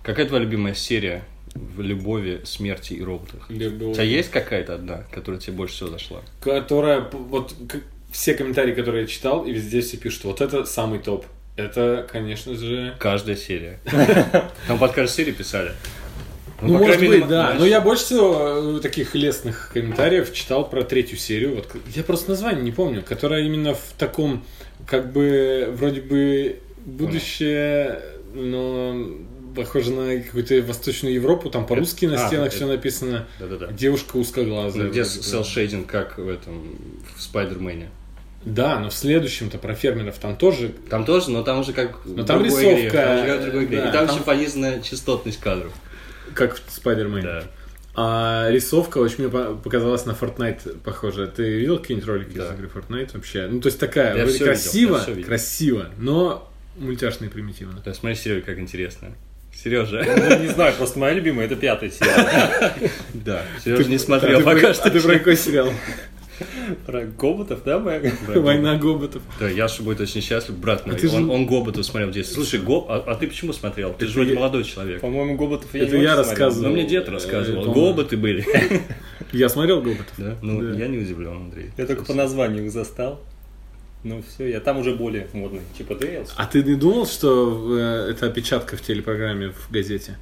Какая твоя любимая серия в любови, смерти и роботах? У тебя есть какая-то одна, которая тебе больше всего зашла? Которая, вот все комментарии, которые я читал, и везде все пишут, вот это самый топ. Это, конечно же... Каждая серия. Там под каждой серией писали. Ну, может быть, да. Но я больше всего таких лестных комментариев читал про третью серию. Вот, я просто название не помню. Которая именно в таком, как бы, вроде бы, будущее, но похоже на какую-то Восточную Европу. Там по-русски на стенах все написано. Да-да-да. Девушка узкоглазая. Где селл-шейдинг, как в этом, в Спайдермене. Да, но в следующем-то про фермеров там тоже... Там тоже, но там уже как в там другой рисовка. Игре. Там уже как в другой игре. Да, и там еще понизенная частотность кадров. Как в Спайдермене. Да. А рисовка очень мне показалась на Fortnite похожа. Ты видел какие-нибудь ролики из игры Fortnite вообще? Ну, то есть такая, я вроде красиво, но мультяшно и примитивно. Да, смотри, Серега, как интересно. Сережа. Ну, не знаю, просто моя любимая, это 5-я серия. Да, Сережа не смотрел пока что. Ты про какой сериал? Про гоботов, да, моя? Война гоботов. Да, Яша будет очень счастлив, брат мой. Он гоботов смотрел в детстве. Слушай, а ты почему смотрел? Ты же вроде молодой человек. По-моему, гоботов я не очень рассказывал. Ну, мне дед рассказывал. Гоботы были. Я смотрел гоботов. Да? Ну, я не удивлен, Андрей. Я только по названию их застал. Ну все, я там уже более модный. Чип и Дейл. А ты не думал, что это опечатка в телепрограмме в газете?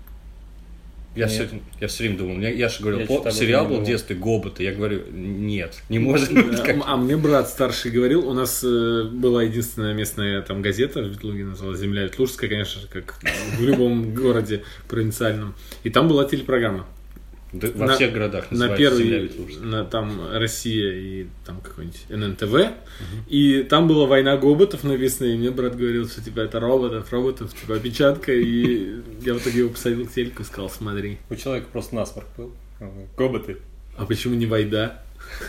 Я все время думал, Яша говорил, сериал был в детстве «Гоботы». Я говорю, нет, не может быть. А мне брат старший говорил, у нас была единственная местная там газета в Ветлуге, называлась «Земля Ветлужская», конечно же, как в любом городе провинциальном. И там была телепрограмма. Да, во всех городах на первый, там Россия и там какой-нибудь ННТВ, и там была «Война гоботов» написано, и мне брат говорил, что типа это роботов, типа опечатка, и я в итоге его посадил к телеку и сказал, смотри. У человека просто насморк был. Гоботы. А почему не «Войда»?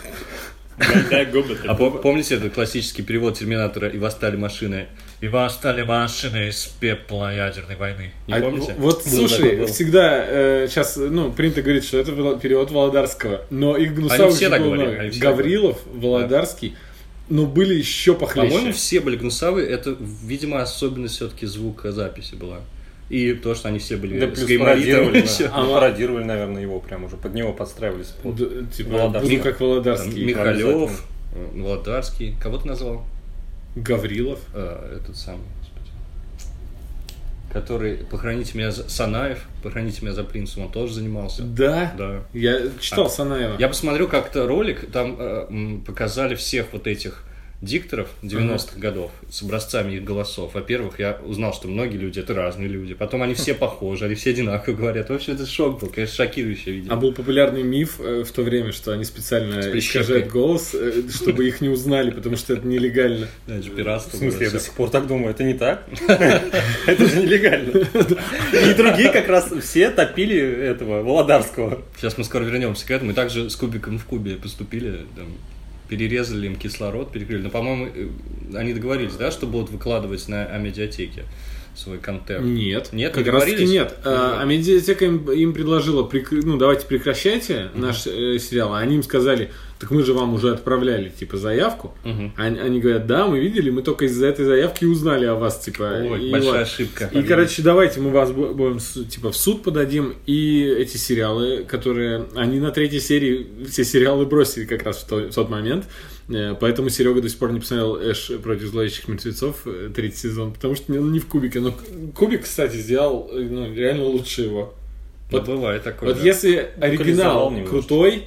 А помните этот классический перевод «Терминатора» «И восстали машины»? «И восстали машины из пепла ядерной войны». Не помните? Вот, слушай, всегда сейчас, принято говорить, что это перевод Володарского, но их гнусавых же было много. Гаврилов, Володарский, но были еще похлеще. По-моему, все были гнусавые, это, видимо, особенность все-таки звукозаписи была. И то, что они все были с гайморитом. Пародировали, наверное, его прям уже, под него подстраивались. Типа, буду как Володарский. Михалев, Володарский. Кого ты назвал? Гаврилов. Этот самый, господи. Который «Похороните меня за...» Санаев, «Похороните меня за принцем», он тоже занимался. Да? Да. Я читал Санаева. Я посмотрел как-то ролик, там показали всех вот этих дикторов 90-х годов с образцами их голосов. Во-первых, я узнал, что многие люди — это разные люди. Потом они все похожи, они все одинаково говорят. Вообще, это шок был, конечно, шокирующее видео. А был популярный миф в то время, что они специально искажают голос, чтобы их не узнали, потому что это нелегально. Да, это же пиратство. В смысле, я до сих пор так думаю, это не так? Это же нелегально. И другие как раз все топили этого Володарского. Сейчас мы скоро вернемся к этому. Мы также с Кубиком в Кубе поступили, перерезали им кислород, перекрыли. Но, по-моему, они договорились, да, что будут выкладывать на Амедиатеке свой контент? Нет, как раз таки нет. Амедиатека им предложила, давайте прекращайте наш сериал, а они им сказали, так мы же вам уже отправляли, типа, заявку. Они говорят, да, мы видели, мы только из-за этой заявки узнали о вас, типа. Ой, большая ошибка. И, короче, давайте мы вас будем, типа, в суд подадим, и эти сериалы, которые, они на третьей серии все сериалы бросили как раз в тот момент, поэтому Серега до сих пор не посмотрел «Эш против зловещих мертвецов» третий сезон, потому что не в Кубике, но Кубик, кстати, сделал реально лучше его. Вот бывает такое. Вот да. Если оригинал крутой,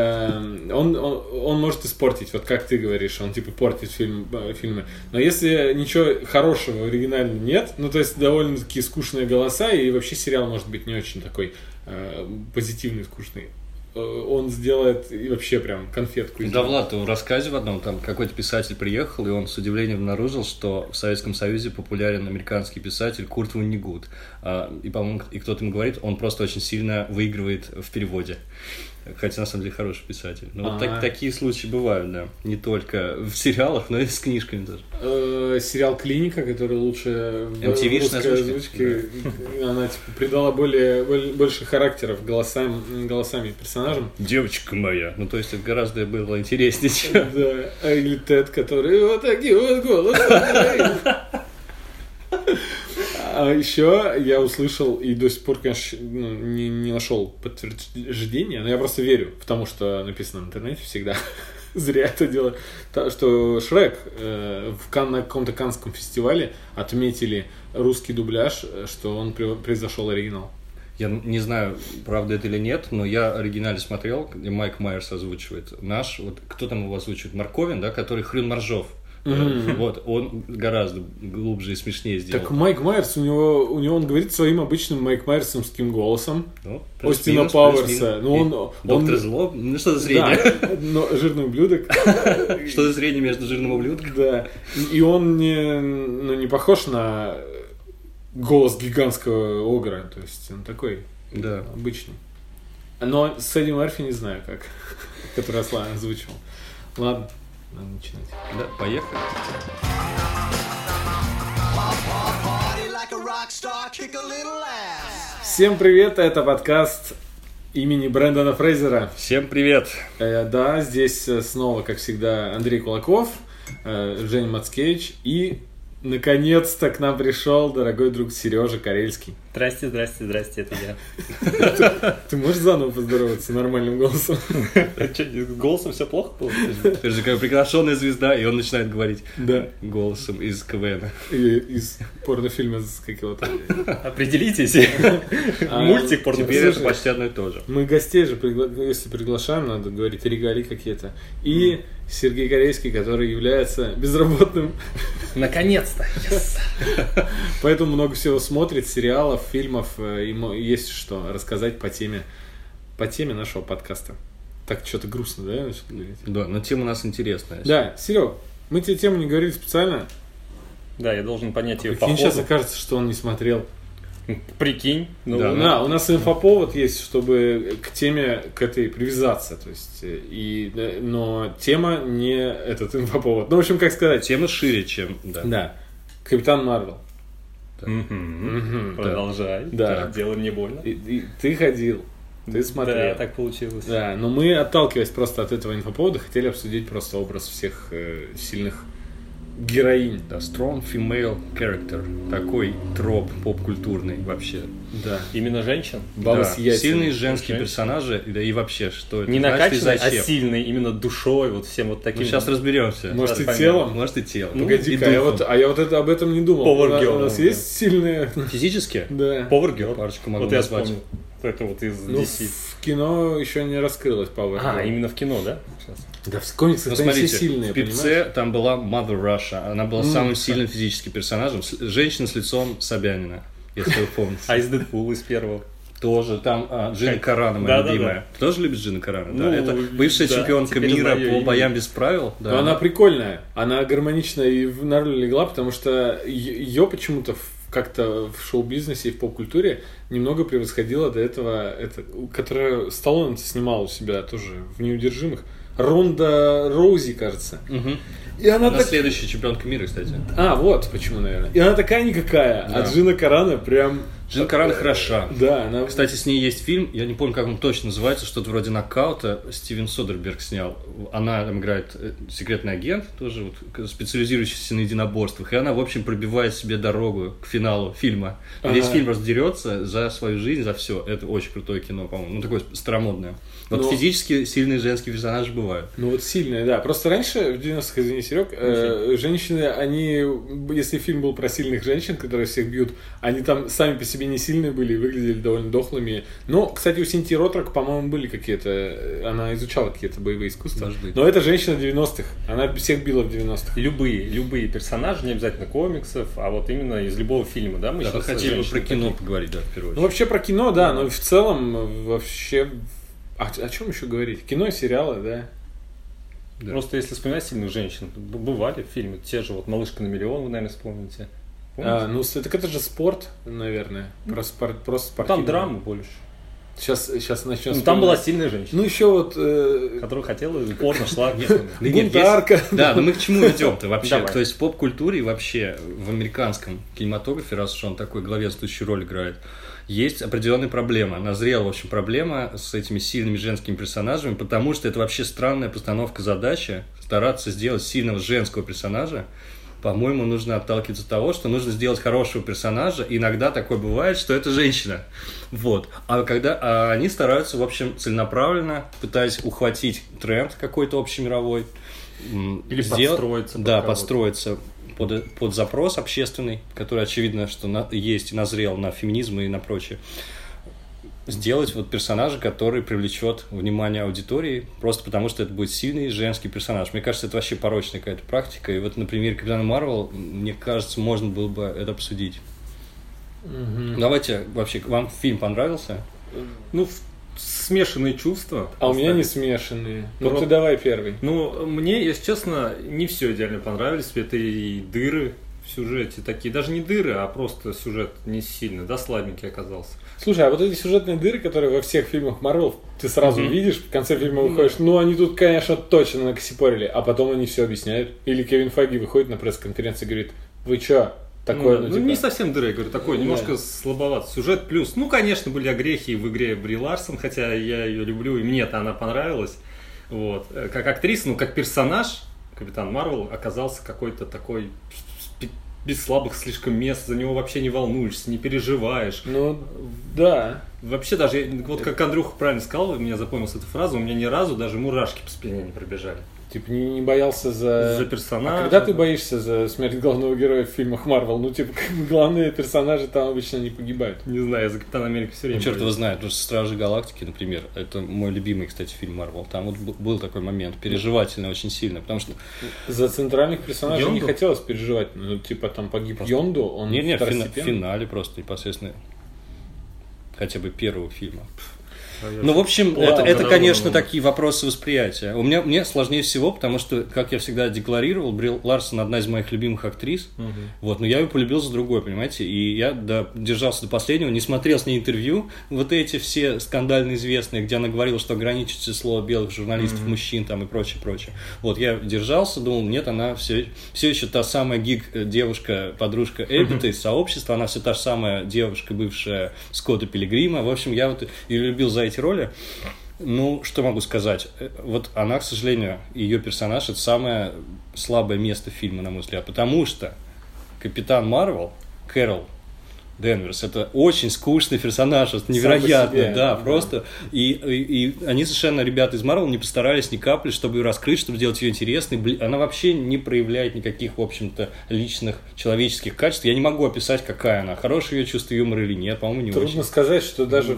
он может испортить, вот как ты говоришь, он типа портит фильмы. Но если ничего хорошего в оригинале нет, то есть довольно-таки скучные голоса, и вообще сериал может быть не очень такой позитивный, скучный. Он сделает и вообще прям конфетку. Да, Влад, в рассказе в одном, там какой-то писатель приехал, и он с удивлением обнаружил, что в Советском Союзе популярен американский писатель Курт Воннегут. И, по-моему, кто-то ему говорит, он просто очень сильно выигрывает в переводе. Хотя, на самом деле, хороший писатель. Но вот такие случаи бывают, да. Не только в сериалах, но и с книжками тоже. Сериал «Клиника», который лучше в MTV-шной озвучке, она типа придала больше характеров голосами персонажам. Девочка моя. То есть, это гораздо было интереснее, чем... Да. Или Тед, который вот такие вот голосы. А еще я услышал и до сих пор, конечно, не нашел подтверждения, но я просто верю в тому, что написано в интернете всегда. Зря это делаю. Что Шрек на каком-то каннском фестивале отметили русский дубляж, что он превзошел оригинал. Я не знаю, правда это или нет, но я оригинально смотрел, где Майк Майерс озвучивает. Наш, вот кто там его озвучивает? Марковин, да, который Хрен Моржов. Вот, он гораздо глубже и смешнее сделал. Так Майк Майерс, у него он говорит своим обычным Майк Майерсовским голосом. Ну, Остина Пауэрса. Доктор Зло, ну что-то среднее. Да, но жирный ублюдок. Что-то среднее между жирным ублюдком. Да, и он не похож на голос гигантского огра, то есть он такой обычный. Но с Эдди Мерфи не знаю как, который Аслан озвучивал. Ладно, надо начинать. Да, поехали. Всем привет, это подкаст имени Брэндона Фрейзера. Всем привет. Да, здесь снова, как всегда, Андрей Кулаков, Женя Мацкевич и... Наконец-то к нам пришел дорогой друг Сережа Карельский. Здрасте, это я. Ты можешь заново поздороваться нормальным голосом? Голосом все плохо получилось? Ты же как приглашенная звезда, и он начинает говорить голосом из КВН. Из порнофильма с какого-то. Определитесь. Мультик порнофильм. Теперь это почти одно и то же. Мы гостей же, если приглашаем, надо говорить регалии какие-то. И Сергей Карельский, который является безработным. Наконец-то! Yes. Поэтому много всего смотрит, сериалов, фильмов. Ему есть что рассказать по теме нашего подкаста. Так что-то грустно, да, я начал говорить? Да, но тема у нас интересная. Да, Серег, мы тебе тему не говорили специально. Да, я должен понять ее по ходу. Сейчас окажется, что он не смотрел. Прикинь. Да, у нас инфоповод есть, чтобы к теме к этой привязаться. То есть, но тема не этот инфоповод. Ну, в общем, как сказать. Тема шире, чем... Да. Капитан Марвел. Продолжай. Да. Делаем не больно. И ты ходил. Ты смотрел. Да, так получилось. Да, но мы, отталкиваясь просто от этого инфоповода, хотели обсудить просто образ всех сильных героинь. Да, strong female character. Такой троп поп-культурный вообще. Да. Именно женщин? Бабы с яйцами. Сильные женские персонажи, да и вообще, что это не значит и накачанные, зачем. а сильные, именно душой, вот всем вот таким. Ну, сейчас разберемся. Может и телом? Может и телом. Погоди-ка, я вот это об этом не думал. Power Girl. У нас есть сильные... Физически? Да. Power Girl. Парочку могу вот я назвать. вспомнил. Это вот из DC. В кино еще не раскрылось Power Girl. Именно в кино, да? Сейчас. Да, в комиксах Ну, они все смотрите, сильные, в «Пипце» там была Mother Russia. Она была самым сильным физическим персонажем. Женщина с лицом Собянина, если вы помните. А из Дэдпула, из первого? Тоже там Джина Карана, моя любимая. Ты тоже любишь Джина Карана? Да, это бывшая чемпионка мира по боям без правил. Но она прикольная. Она гармоничная и на роль легла, потому что ее почему-то как-то в шоу-бизнесе и в поп-культуре немного превосходила до этого, которая Сталлоне снимала у себя тоже в «Неудержимых». Ронда Роузи, кажется. И она следующая чемпионка мира, кстати. Вот почему, наверное. И она такая никакая, а Джина Карана прям... Джина Карана хороша. Да, она... Кстати, с ней есть фильм, я не помню, как он точно называется, что-то вроде «Нокаута», Стивен Содерберг снял. Она там играет секретный агент, тоже вот, специализирующийся на единоборствах, и она, в общем, пробивает себе дорогу к финалу фильма. Весь фильм раздерется за свою жизнь, за все. Это очень крутое кино, по-моему. Ну, такое старомодное. Вот физически сильные женские персонажи бывают. Ну, вот сильные, да. Просто раньше, в 90-х, извини, Серег, женщины, они, если фильм был про сильных женщин, которые всех бьют, они там сами по себе не сильные были и выглядели довольно дохлыми. Но, кстати, у Синтии Ротрок, по-моему, были какие-то... Она изучала какие-то боевые искусства. Может быть. Но это женщина 90-х. Она всех била в 90-х. Любые персонажи, не обязательно комиксов, а вот именно из любого фильма, да? Мы сейчас хотели про кино поговорить, да, в первую очередь. Ну, вообще про кино, да, но в целом вообще... о чем еще говорить? Кино и сериалы, да. Просто если вспоминать сильных женщин, бывали фильмы, те же вот «Малышка на миллион», вы, наверное, вспомните. Ну, это же спорт, наверное. Просто спортивный. Там драмы больше. Сейчас начнем. Ну, там была сильная женщина. Ну, еще вот... которая хотела упорно шла. Бунтарка. Да, но мы к чему идем-то вообще? То есть в поп-культуре и вообще в американском кинематографе, раз уж он такой главенствующую роль играет, есть определенная проблема. Назрела, в общем, проблема с этими сильными женскими персонажами, потому что это вообще странная постановка задачи стараться сделать сильного женского персонажа по-моему, нужно отталкиваться от того, что нужно сделать хорошего персонажа. Иногда такое бывает, что это женщина. Вот. А они стараются, в общем, целенаправленно, пытаясь ухватить тренд какой-то общемировой. Или подстроиться. Да, подстроиться под запрос общественный, который, очевидно, что есть и назрел на феминизм и на прочее. Сделать вот персонажа, который привлечет внимание аудитории, просто потому что это будет сильный женский персонаж. Мне кажется, это вообще порочная какая-то практика. И вот на примере Капитана Марвел, мне кажется, можно было бы это обсудить. Давайте, вообще, вам фильм понравился? Ну, смешанные чувства. А у меня не смешанные. Ну, ты давай первый. Ну, мне, если честно, не все идеально понравились. Это и дыры в сюжете такие. Даже не дыры, а просто сюжет не сильно, да, слабенький оказался. Слушай, а вот эти сюжетные дыры, которые во всех фильмах Марвел, ты сразу видишь, в конце фильма выходишь, ну, они тут, конечно, точно накосипорили, а потом они все объясняют. Или Кевин Файги выходит на пресс-конференции и говорит, вы чё? Такое, типа... не совсем дыры, я говорю, такой немножко слабоват. Сюжет плюс. Ну, конечно, были огрехи в игре Бри Ларсон, хотя я ее люблю, и мне-то она понравилась. Вот. Как актриса, ну, как персонаж, Капитан Марвел оказался какой-то такой без слабых слишком мест, за него вообще не волнуешься, не переживаешь. Ну, да. Вообще даже, вот как Андрюха правильно сказал, у меня запомнилась эта фраза, у меня ни разу даже мурашки по спине не пробежали. Типа не боялся за персонажа. А когда ты боишься за смерть главного героя в фильмах Марвел? Ну, типа, главные персонажи там обычно не погибают. Не знаю, я за Капитана Америки все время. Черт его знает, потому что Стражи Галактики, например, это мой любимый, кстати, фильм Марвел. Там вот был такой момент, переживательный очень сильно, потому что... За центральных персонажей Йонду? Не хотелось переживать. Ну, типа, там погиб просто... Йонду, он в финале просто непосредственно хотя бы первого фильма. Ну, в общем, это, конечно, такие вопросы восприятия. Мне сложнее всего, потому что, как я всегда декларировал, Бри Ларсон одна из моих любимых актрис. Вот, но я ее полюбил за другой, понимаете? И я держался до последнего, не смотрел с ней интервью. Вот эти все скандально известные, где она говорила, что ограничит число белых журналистов, мужчин там и прочее. Вот, я держался, думал, нет, она все еще та самая гик-девушка, подружка Эббита из сообщества, она все та же самая девушка, бывшая Скотта Пилигрима. В общем, я вот ее любил за эти роли. Ну, что могу сказать? Вот она, к сожалению, ее персонаж — это самое слабое место фильма, на мой взгляд, потому что Капитан Марвел, Кэрол Денверс, это очень скучный персонаж, это невероятно, себе, да, просто. И они совершенно, ребята из Марвел, не постарались ни капли, чтобы ее раскрыть, чтобы сделать ее интересной. Она вообще не проявляет никаких, в общем-то, личных человеческих качеств. Я не могу описать, какая она, хорошее ее чувство юмора или нет, по-моему, не Трудно очень. Трудно сказать, что даже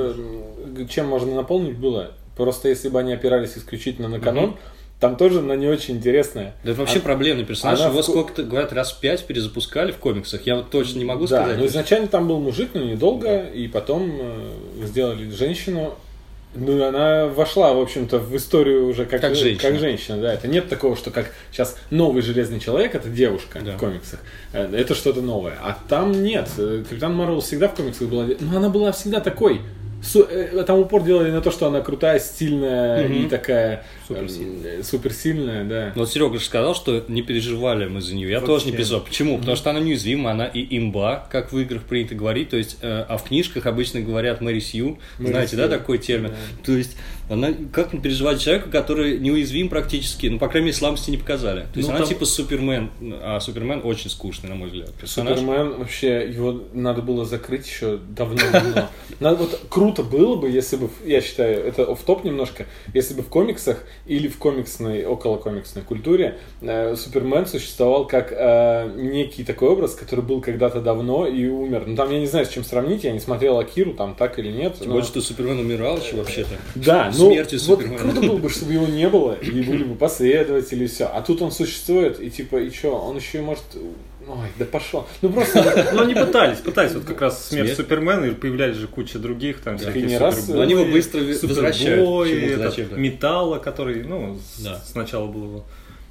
чем можно наполнить было. Просто если бы они опирались исключительно на канон, там тоже она не очень интересная. Да это вообще проблемный персонаж. Его сколько-то, говорят, раз 5 перезапускали в комиксах. Я вот точно не могу сказать. Да, но изначально там был мужик, но недолго, и потом сделали женщину. Ну, и она вошла, в общем-то, в историю уже как женщина. Да. Это нет такого, что как сейчас новый Железный Человек, это девушка в комиксах. Это что-то новое. А там нет. Капитан Марвел всегда в комиксах была... Но она была всегда такой... Там упор делали на то, что она крутая, стильная и такая суперсильная, да. Вот Серега же сказал, что не переживали мы за нее. Я тоже не переживал. Почему? Потому что она неуязвима, она и имба, как в играх принято говорить. То есть, а в книжках обычно говорят Мэри Сью. Знаете, да, такой термин? Да. То есть, она как не переживать человека, который неуязвим практически, ну, по крайней мере, слабости не показали. То есть, она типа Супермен, а Супермен очень скучный, на мой взгляд. Персонаж. Супермен, вообще, его надо было закрыть еще давно-давно. Вот круто было бы, если бы, я считаю, это офф-топ немножко, если бы в комиксах или в комиксной, околокомиксной культуре Супермен существовал как некий такой образ, который был когда-то давно и умер. Ну, там я не знаю, с чем сравнить, я не смотрел Акиру, там так или нет. Тем более, что Супермен умирал еще вообще-то. Да, ну, вот круто было бы, чтобы его не было, и были бы последователи, и все. А тут он существует, и типа, и что, он еще и может... Ой, да пошел. Ну просто... Ну они пытались вот как раз смерть Супермена, и появлялись же куча других, там, всяких Супербои. Они его быстро возвращают. Металла, который, ну, сначала был его...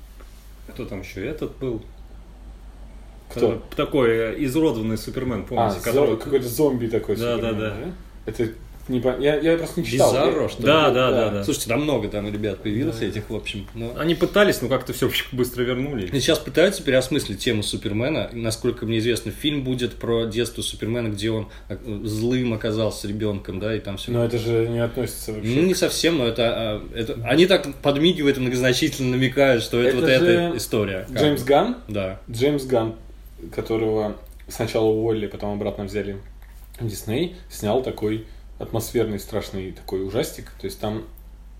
Кто там еще? Этот был... Кто? Такой изуродованный Супермен, помните? Какой-то зомби такой Супермен, да? Это... Я просто не читал. Бизарро, что ли? Да. Слушайте, там много там ребят появилось этих, в общем. Но... Они пытались, но как-то все быстро вернули. И сейчас пытаются переосмыслить тему Супермена. Насколько мне известно, фильм будет про детство Супермена, где он злым оказался ребенком, да, и там все. Но это же не относится вообще. Ну, не совсем, но это они так подмигивают и многозначительно намекают, что это вот эта история. Джеймс Ганн? Да. Джеймс Ганн, которого сначала уволили, потом обратно взяли в Дисней, снял такой атмосферный, страшный такой ужастик. То есть там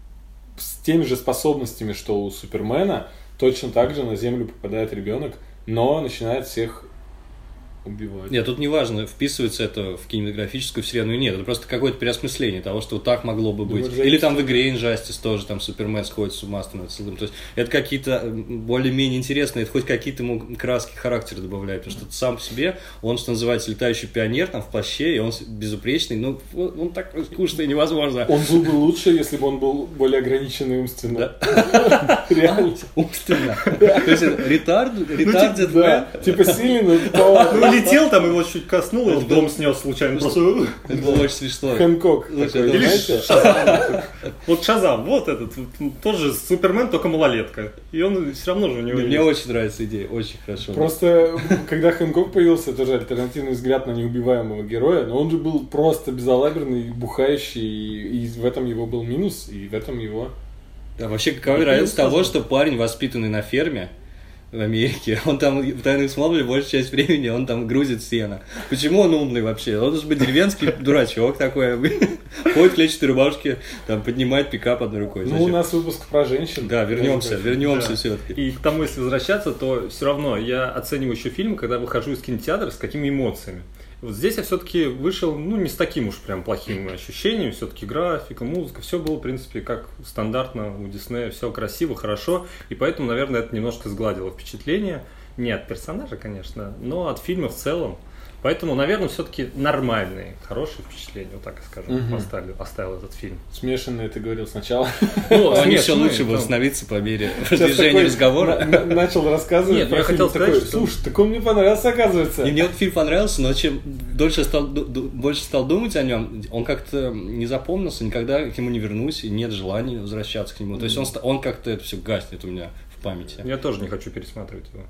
с теми же способностями, что у Супермена, точно так же на Землю попадает ребенок, но начинает всех убивать. Нет, тут не важно, вписывается это в кинематографическую вселенную, нет, это просто какое-то переосмысление того, что вот так могло бы быть. Или там в игре Injustice тоже там Супермен сходит с ума, становится злым. То есть это какие-то более-менее интересные, это хоть какие-то ему краски характера добавляет, потому что сам по себе, он, что называется, летающий пионер там в плаще, и он безупречный, но он так скучный, невозможно. Он был бы лучше, если бы он был более ограниченный умственно. Реально. Умственно. То есть ретардед, да. Типа сильный, но летел там, его чуть коснуло, в дом снес случайно. Просто... Это было очень смешно. Хэнкок такой, или знаете? Шазам. Вот Шазам, вот этот, тоже Супермен, только малолетка. И он все равно же у него Мне есть. очень нравится идея, очень хорошо. Просто, когда Хэнкок появился, тоже альтернативный взгляд на неубиваемого героя, но он же был просто безалаберный, бухающий, и в этом его был минус, и в этом его... Да, вообще, какова вероятность того, что парень, воспитанный на ферме, в Америке, он там в «Тайных Смолвиле» большую часть времени он там грузит сено. Почему он умный вообще? Он должен быть деревенский дурачок такой, ходит в клетчатой рубашке, там поднимает пикап одной рукой. Ну, у нас выпуск про женщин. Да, вернемся Да. все-таки. И к тому, если возвращаться, то все равно я оцениваю еще фильм, когда выхожу из кинотеатра, с какими эмоциями. Вот здесь я все-таки вышел, не с таким уж прям плохим ощущением, все-таки графика, музыка, все было, в принципе, как стандартно у Диснея, все красиво, хорошо, и поэтому, наверное, это немножко сгладило впечатление, не от персонажа, конечно, но от фильма в целом. Поэтому, наверное, все-таки нормальные, хорошие впечатления, вот так и скажем, оставил этот фильм. Смешанные, ты говорил сначала. Ну, они все лучше будут становиться по мере продвижения разговора. Начал рассказывать. Нет, я хотел сказать, что... Слушай, так он мне понравился, оказывается. И мне вот фильм понравился, но чем больше стал думать о нем, он как-то не запомнился, никогда к нему не вернусь, и нет желания возвращаться к нему. То есть он как-то это все гаснет у меня в памяти. Я тоже не хочу пересматривать его.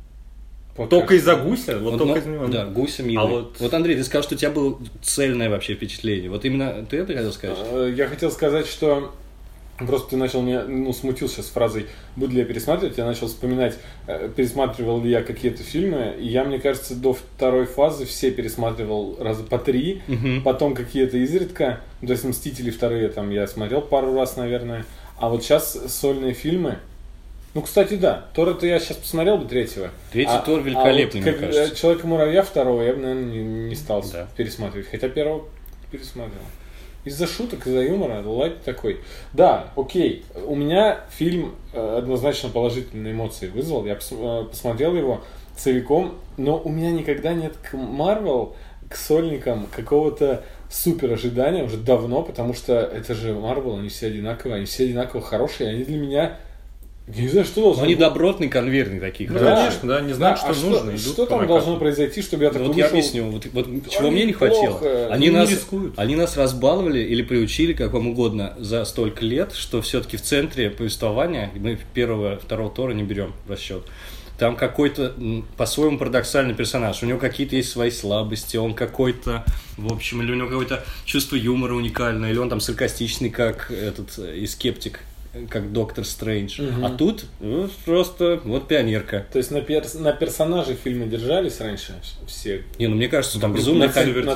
Только из-за гуся? Вот только из него. Да, гуся милый. Вот, Андрей, ты сказал, что у тебя было цельное вообще впечатление. Вот именно ты это хотел сказать? Я хотел сказать, что просто ты начал меня, смутил сейчас фразой «буду ли я пересматривать?». Я начал вспоминать, пересматривал ли я какие-то фильмы. И я, мне кажется, до второй фазы все пересматривал раза по 3. Потом какие-то изредка. То есть «Мстители» вторые там я смотрел пару раз, наверное. А вот сейчас сольные фильмы. Ну, кстати, да. Тор это я сейчас посмотрел бы третьего. Третий Тор великолепный, вот, мне кажется. Человека-муравья второго я бы, наверное, не стал пересматривать. Хотя первого пересмотрел. Из-за шуток, из-за юмора, лайк такой. Да, окей. У меня фильм однозначно положительные эмоции вызвал. Я посмотрел его целиком. Но у меня никогда нет к Марвел, к сольникам какого-то супер ожидания уже давно. Потому что это же Марвел, они все одинаковые. Они все одинаково хорошие. Они для меня... Я не знаю, что должно быть. Они добротные, конвертные такие. Ну, конечно, да, не знаю, что нужно. Что там должно произойти, чтобы я такой вышел... Вот я объясню, вот чего мне не хватило. Они нас разбаловали или приучили, как вам угодно, за столько лет, что все-таки в центре повествования мы первого, второго Тора не берем в расчет. Там какой-то по-своему парадоксальный персонаж. У него какие-то есть свои слабости, он какой-то, в общем, или у него какое-то чувство юмора уникальное, или он там саркастичный, как этот и скептик, как Доктор Стрэндж. А тут просто вот пионерка. То есть на персонажей фильмы держались раньше все? Не, мне кажется, там безумная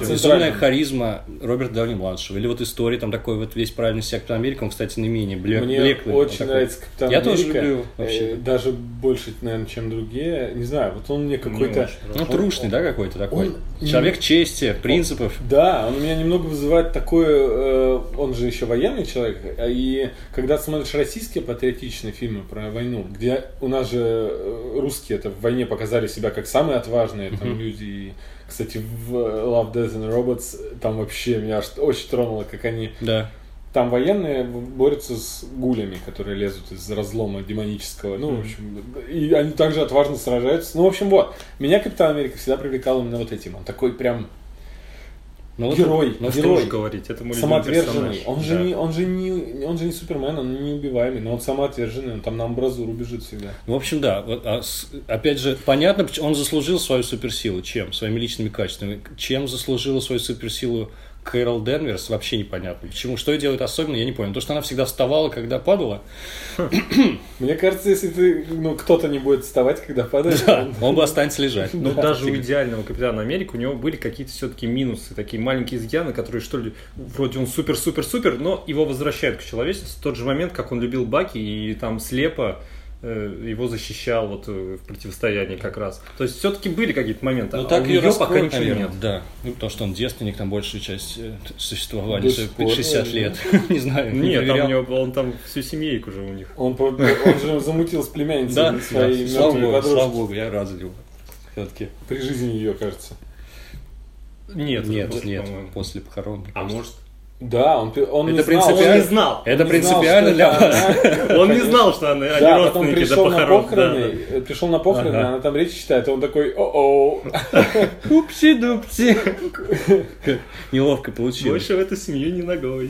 харизма Роберта Дауни-младшего. Или вот история, там такой вот весь правильный Капитан Америка, он, кстати, наименее блеклый. Мне очень нравится Капитан Америка. Я тоже люблю вообще. Даже больше, наверное, чем другие. Не знаю, вот он мне какой-то... трушный, да, какой-то такой? Человек чести, принципов. Да, он меня немного вызывает такое... Он же еще военный человек. И когда смотришь российские патриотичные фильмы про войну, где у нас же русские это в войне показали себя как самые отважные там люди. И, кстати, в Love, Death and Robots там вообще меня аж очень тронуло, как они... Да. Там военные борются с гулями, которые лезут из разлома демонического. Ну, в общем, и они также отважно сражаются. Ну, в общем, вот. Меня Капитан Америка всегда привлекал именно вот этим. Он такой прям... Герой. Что уж говорить, это мой любимый самоотверженный. персонаж. Он же не Супермен, он не неубиваемый, но он самоотверженный, он там на амбразуру бежит всегда. В общем, да. Опять же, понятно, он заслужил свою суперсилу. Чем? Своими личными качествами. Чем заслужила свою суперсилу Кэрол Денверс, вообще непонятно. Почему? Что ей делает особенно, я не понял. То, что она всегда вставала, когда падала. Мне кажется, если кто-то не будет вставать, когда падает, он бы останется лежать. Но даже у идеального Капитана Америки у него были какие-то все-таки минусы, такие маленькие изъяны, которые, что ли, вроде он супер-супер-супер, но его возвращают к человечеству в тот же момент, как он любил Баки и там слепо его защищал вот в противостоянии как раз. То есть все-таки были какие-то моменты, а так у нее пока ничего нет. Да, то, что он девственник, там большую часть существования, 60 лет, не знаю. Нет, он там всю семейку же у них. Он же замутил с племянницей своей мертвой подружкой. Слава богу, я рад за него. Все-таки. При жизни ее, кажется. Нет, после похорон. А может... Да, он не знал. Это принципиально для вас. Он не знал, что они родственники до похорон. Пришел на похороны, она там речь читает, и он такой: о-о. Упси-дупси. Неловко получилось. Больше в эту семью не ногой.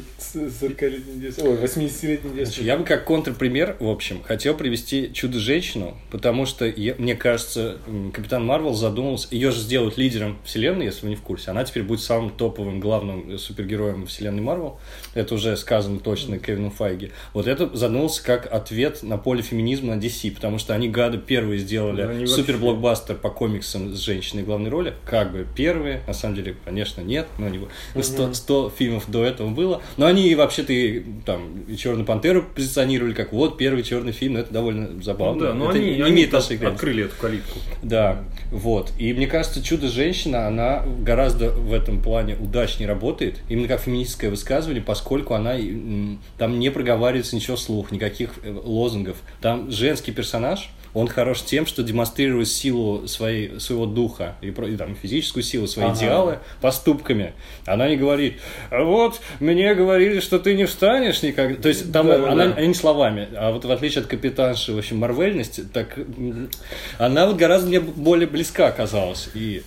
80-летний девственник. Я бы как контрпример, в общем, хотел привести Чудо-женщину, потому что, мне кажется, Капитан Марвел задумался, ее же сделают лидером вселенной, если вы не в курсе. Она теперь будет самым топовым главным супергероем вселенной Марвел. Это уже сказано точно Кевину Файги. Вот это задумался как ответ на поле феминизма на DC, потому что они, гады, первые сделали супер-блокбастер по комиксам с женщиной в главной роли. Как бы первые, на самом деле, конечно, нет. Но 100 фильмов до этого было. Но они вообще-то и «Черную пантеру» позиционировали как вот первый черный фильм. Это довольно забавно. Да, но это они открыли эту калитку. Да, вот. И мне кажется, Чудо-женщина, она гораздо в этом плане удачнее работает. Именно как феминистское высказывание, поскольку она там не проговаривается ничего вслух, никаких лозунгов. Там женский персонаж, он хорош тем, что демонстрирует силу своего духа и физическую силу, свои идеалы поступками. Она не говорит: вот, мне говорили, что ты не встанешь никогда. То есть там она не словами, а вот в отличие от капитанши, в общем, марвельности, так она вот гораздо мне более близка оказалась. И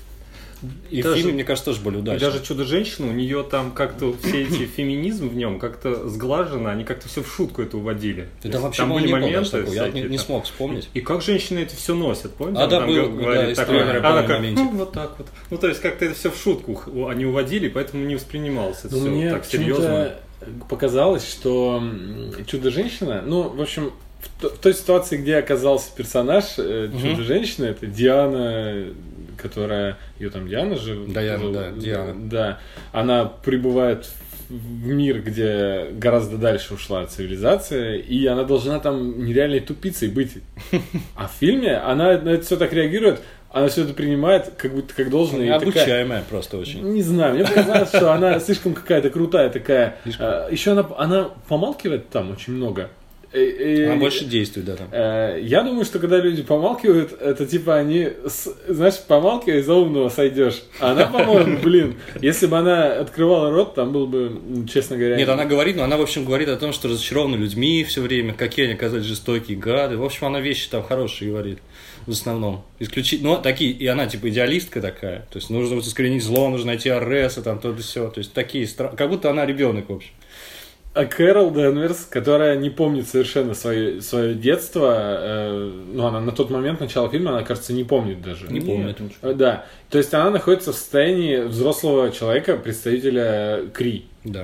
в фильме, мне кажется, тоже более удачно. И даже Чудо-женщина, у нее там как-то все эти феминизм в нем как-то сглажено, они как-то все в шутку это уводили. Это вообще там были моменты, я не смог вспомнить. И как женщины это все носят, помните? Да, говорит, она как, вот так вот. Ну, то есть, как-то это все в шутку они уводили, поэтому не воспринималось это все так серьезно. Показалось, что Чудо-женщина, в общем, в той ситуации, где оказался персонаж Чудо-женщины, это Диана, которая... Ее там Диана же... Диана. Да. Она прибывает в мир, где гораздо дальше ушла цивилизация, и она должна там нереальной тупицей быть. А в фильме она на это все так реагирует, она все это принимает, как будто как должно. Обучаемая просто очень. Не знаю, мне показалось, что она слишком какая-то крутая такая. Еще она помалкивает там очень много. Она больше действует, да, там. Я думаю, что когда люди помалкивают, это типа они, знаешь, помалкивай, за умного сойдешь. А она, по-моему, если бы она открывала рот, там был бы, честно говоря... Нет, она говорит, но она, в общем, говорит о том, что разочарованы людьми все время, какие они оказались жестокие, гады. В общем, она вещи там хорошие говорит, в основном. Но такие, и она, типа, идеалистка такая. То есть, нужно искоренить зло, нужно найти Ареса, там, то и все. То есть, такие, как будто она ребенок, в общем. А Кэрол Денверс, которая не помнит совершенно свое детство, она на тот момент, начала фильма, она, кажется, не помнит даже. Не помнит. Да. То есть она находится в состоянии взрослого человека, представителя Кри. Да.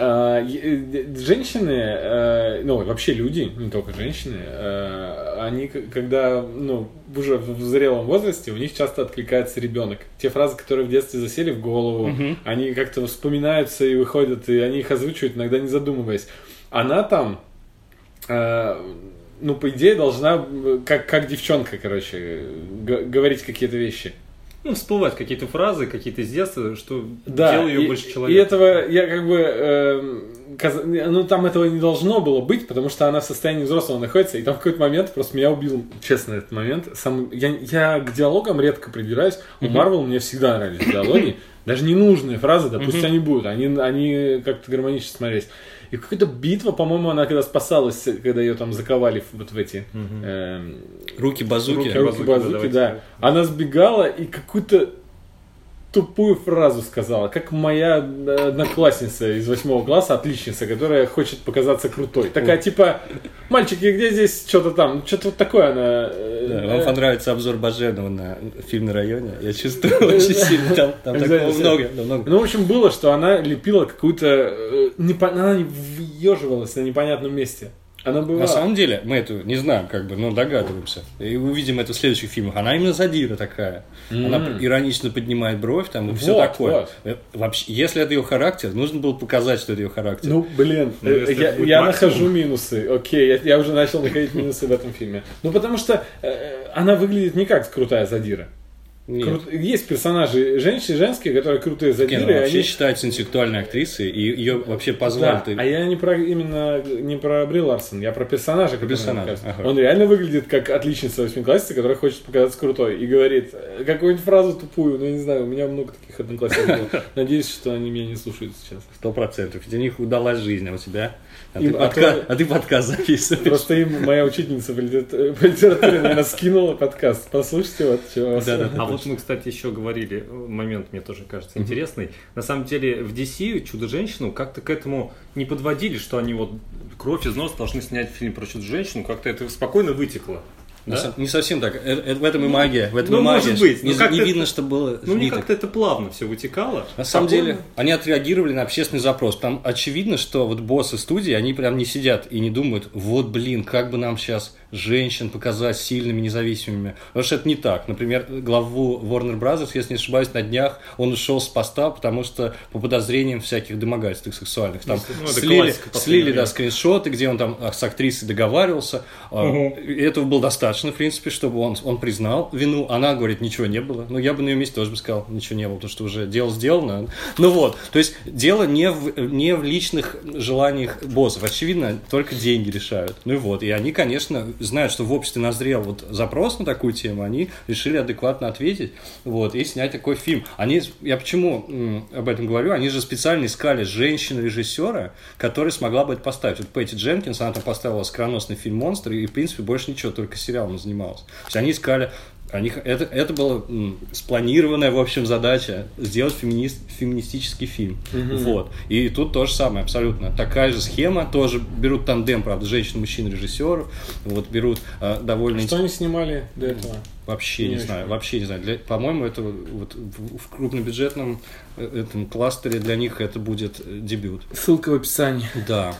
Женщины, вообще люди, не только женщины, они, когда, уже в зрелом возрасте, у них часто откликается ребенок. Те фразы, которые в детстве засели в голову, они как-то вспоминаются и выходят, и они их озвучивают, иногда не задумываясь. Она там, по идее, должна, как девчонка, говорить какие-то вещи. Всплывать какие-то фразы, какие-то из детства, что делало ее больше человека. И этого я там этого не должно было быть, потому что она в состоянии взрослого находится, и там в какой-то момент просто меня убил, честно, этот момент. Я к диалогам редко придираюсь. У Марвел мне всегда нравились диалоги, даже ненужные фразы, да пусть они будут, они как-то гармонично смотрелись. И какая-то битва, по-моему, она когда спасалась, когда ее там заковали вот в эти... Руки-базуки. Руки-базуки, да. Она сбегала, и какую-то тупую фразу сказала, как моя одноклассница из 8 класса, отличница, которая хочет показаться крутой. Такая, типа, мальчики, где здесь что-то там? Что-то вот такое она... Да, вам понравится обзор Баженова на фильм «На районе». Я чувствую очень сильно, там такого много. Ну, в общем, было, что она лепила какую-то... Она не въеживалась на непонятном месте. Она была... На самом деле, мы это не знаем, но догадываемся. И увидим это в следующих фильмах. Она именно задира такая. Она иронично поднимает бровь, и все такое. Вообще, если это ее характер, нужно было показать, что это ее характер. Ну, блин, я нахожу минусы. Окей, я уже начал находить минусы в этом фильме. Ну, потому что она выглядит не как крутая задира. Есть персонажи женские, которые крутые задиры. Она вообще считается интеллектуальной актрисой, и ее вообще позвали. Да, а я не про Бри Ларсон, я про персонажа. Ага. Он реально выглядит как отличница 8-классница, которая хочет показаться крутой. И говорит какую-нибудь фразу тупую, не знаю, у меня много таких одноклассников было. Надеюсь, что они меня не слушают сейчас. 100%. Ведь у них удалась жизнь, а у тебя... А ты подкаст записываешь. Просто им моя учительница по литературе, наверное, скинула подкаст. Послушайте, вот чего. А вот мы, кстати, еще говорили, момент мне тоже кажется интересный. На самом деле в DC Чудо-женщину как-то к этому не подводили, что они вот кровь из носа должны снять фильм про Чудо-женщину, как-то это спокойно вытекло. Да? Не совсем так. В этом и магия. Может быть. Не видно, что было. Мне как-то это плавно все вытекало. На самом деле, они отреагировали на общественный запрос. Там очевидно, что вот боссы студии, они прям не сидят и не думают, как бы нам сейчас женщин показать сильными, независимыми. Потому что это не так. Например, главу Warner Brothers, если не ошибаюсь, на днях он ушел с поста, потому что по подозрениям всяких домогательств сексуальных. Там слили скриншоты, где он там с актрисой договаривался. И этого было достаточно, в принципе, чтобы он признал вину. Она говорит, ничего не было. Я бы на ее месте тоже бы сказал, ничего не было, потому что уже дело сделано. То есть дело не в личных желаниях боссов. Очевидно, только деньги решают. И они, конечно, знают, что в обществе назрел запрос на такую тему, они решили адекватно ответить и снять такой фильм. Я почему об этом говорю? Они же специально искали женщину-режиссера, которая смогла бы это поставить. Пэтти Дженкинс, она там поставила скороносный фильм «Монстр», и, в принципе, больше ничего, только сериалом занималась. То есть они искали... Это была спланированная, в общем, задача сделать феминистический фильм. И тут то же самое, абсолютно. Такая же схема, тоже берут тандем, правда, женщин-мужчин-режиссеров, берут довольно... Что они снимали до этого? Вообще не знаю. По-моему, это в крупнобюджетном этом кластере для них это будет дебют. Ссылка в описании. Да.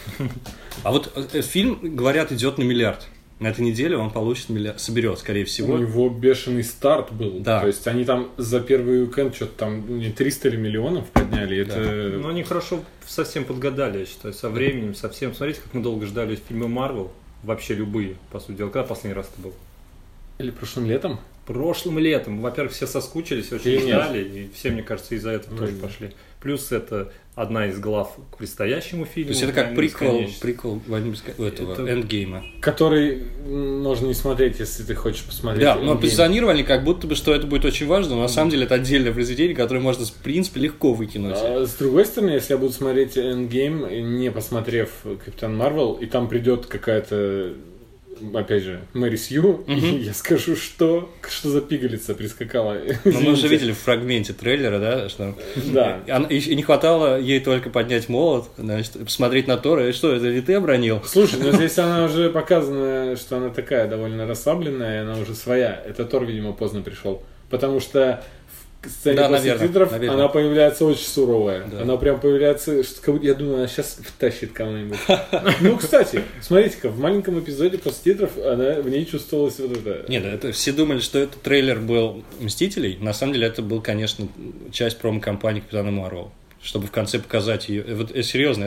А фильм, говорят, идет на $1 миллиард. На этой неделе он получит соберет, скорее всего. У него бешеный старт был. Да. То есть они там за первый уикенд что-то там 300 или миллионов подняли. Да. Это... они хорошо совсем подгадали, я считаю, со временем, совсем. Смотрите, как мы долго ждали фильмы Марвел. Вообще любые, по сути дела. Когда последний раз это был? Или прошлым летом? Прошлым летом. Во-первых, все соскучились, очень ждали. И все, мне кажется, из-за этого тоже пошли. Плюс это одна из глав к предстоящему фильму. То есть это как приквел этого Эндгейма. Который можно не смотреть, если ты хочешь посмотреть. Да, но позиционировали как будто бы, что это будет очень важно, но на самом деле это отдельное произведение, которое можно, в принципе, легко выкинуть. С другой стороны, если я буду смотреть Эндгейм, не посмотрев Капитан Марвел, и там придет какая-то... Опять же, Мэри Сью, я скажу, что за пигалица прискакала. Но мы уже видели в фрагменте трейлера, да, что да. И не хватало ей только поднять молот, значит, посмотреть на Тора, и что, это ли ты обронил? Слушай, но здесь она уже показана, что она такая довольно расслабленная, она уже своя. Это Тор, видимо, поздно пришел. Потому что в сцене после титров она появляется очень суровая. Да. Она прям появляется, я думаю, она сейчас втащит кого-нибудь. Кстати, смотрите-ка, в маленьком эпизоде после титров в ней чувствовалось вот это. Нет, это все думали, что этот трейлер был «Мстителей». На самом деле это был, конечно, часть промо-компании Капитана Марвел. Чтобы в конце показать ее. Серьезно,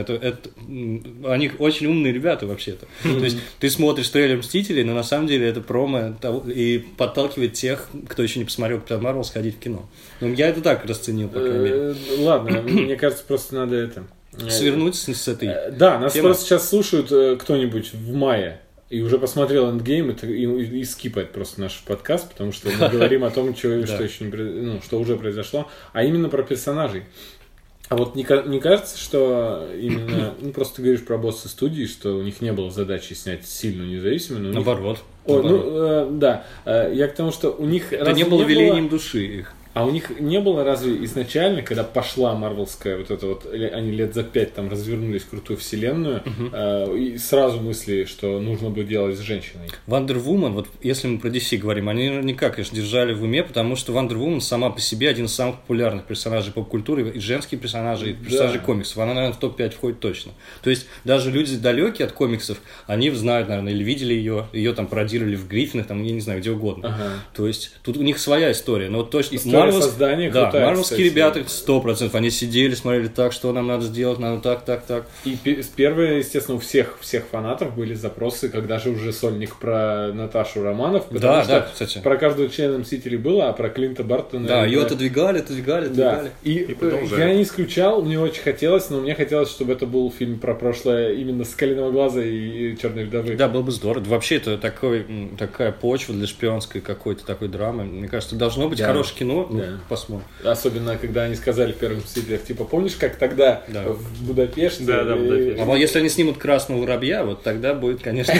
они очень умные ребята вообще-то. То есть ты смотришь трейлер «Мстителей», но на самом деле это промо и подталкивает тех, кто еще не посмотрел «Капитан Марвел», сходить в кино. Я это так расценил, по крайней мере. Ладно, мне кажется, просто надо это... Свернуть с этой Да, нас просто сейчас слушают кто-нибудь в мае. И уже посмотрел Эндгейм и скипает просто наш подкаст, потому что мы говорим о том, что еще не, что уже произошло, а именно про персонажей. А вот не кажется, что именно... просто ты говоришь про босса студии, что у них не было задачи снять сильную независимую. Наоборот. Да. Я к тому, что у них... Это не было велением души их. А у них не было разве изначально, когда пошла марвелская вот это вот, они лет за 5 там развернулись в крутую вселенную, и сразу мысли, что нужно было делать с женщиной? Wonder Woman, вот если мы про DC говорим, они наверняка, конечно, держали в уме, потому что Wonder Woman сама по себе один из самых популярных персонажей поп-культуры, и женские персонажи, и персонажи комиксов. Она, наверное, в топ-5 входит точно. То есть даже люди далекие от комиксов, они знают, наверное, или видели ее там пародировали в Гриффинах, там, я не знаю, где угодно. То есть тут у них своя история. Но вот точно создания да, крутая, марвелские ребята 100%, они сидели, смотрели так, что нам надо сделать, надо так. И первые, естественно, у всех фанатов были запросы, когда же уже сольник про Наташу Романов, потому что кстати. Про каждого члена Мстителей было, а про Клинта Бартона... Да, ее отодвигали. Да. И я не исключал, мне очень хотелось, но мне хотелось, чтобы это был фильм про прошлое именно Соколиного глаза и Черной вдовы. Да, было бы здорово. Вообще, это такая почва для шпионской какой-то такой драмы. Мне кажется, должно быть хорошее кино. Посмотрим. Особенно, когда они сказали в первых Мстителях, типа, помнишь, как тогда в Будапеште? Да, Будапешт. А если они снимут «Красного воробья», вот тогда будет, конечно...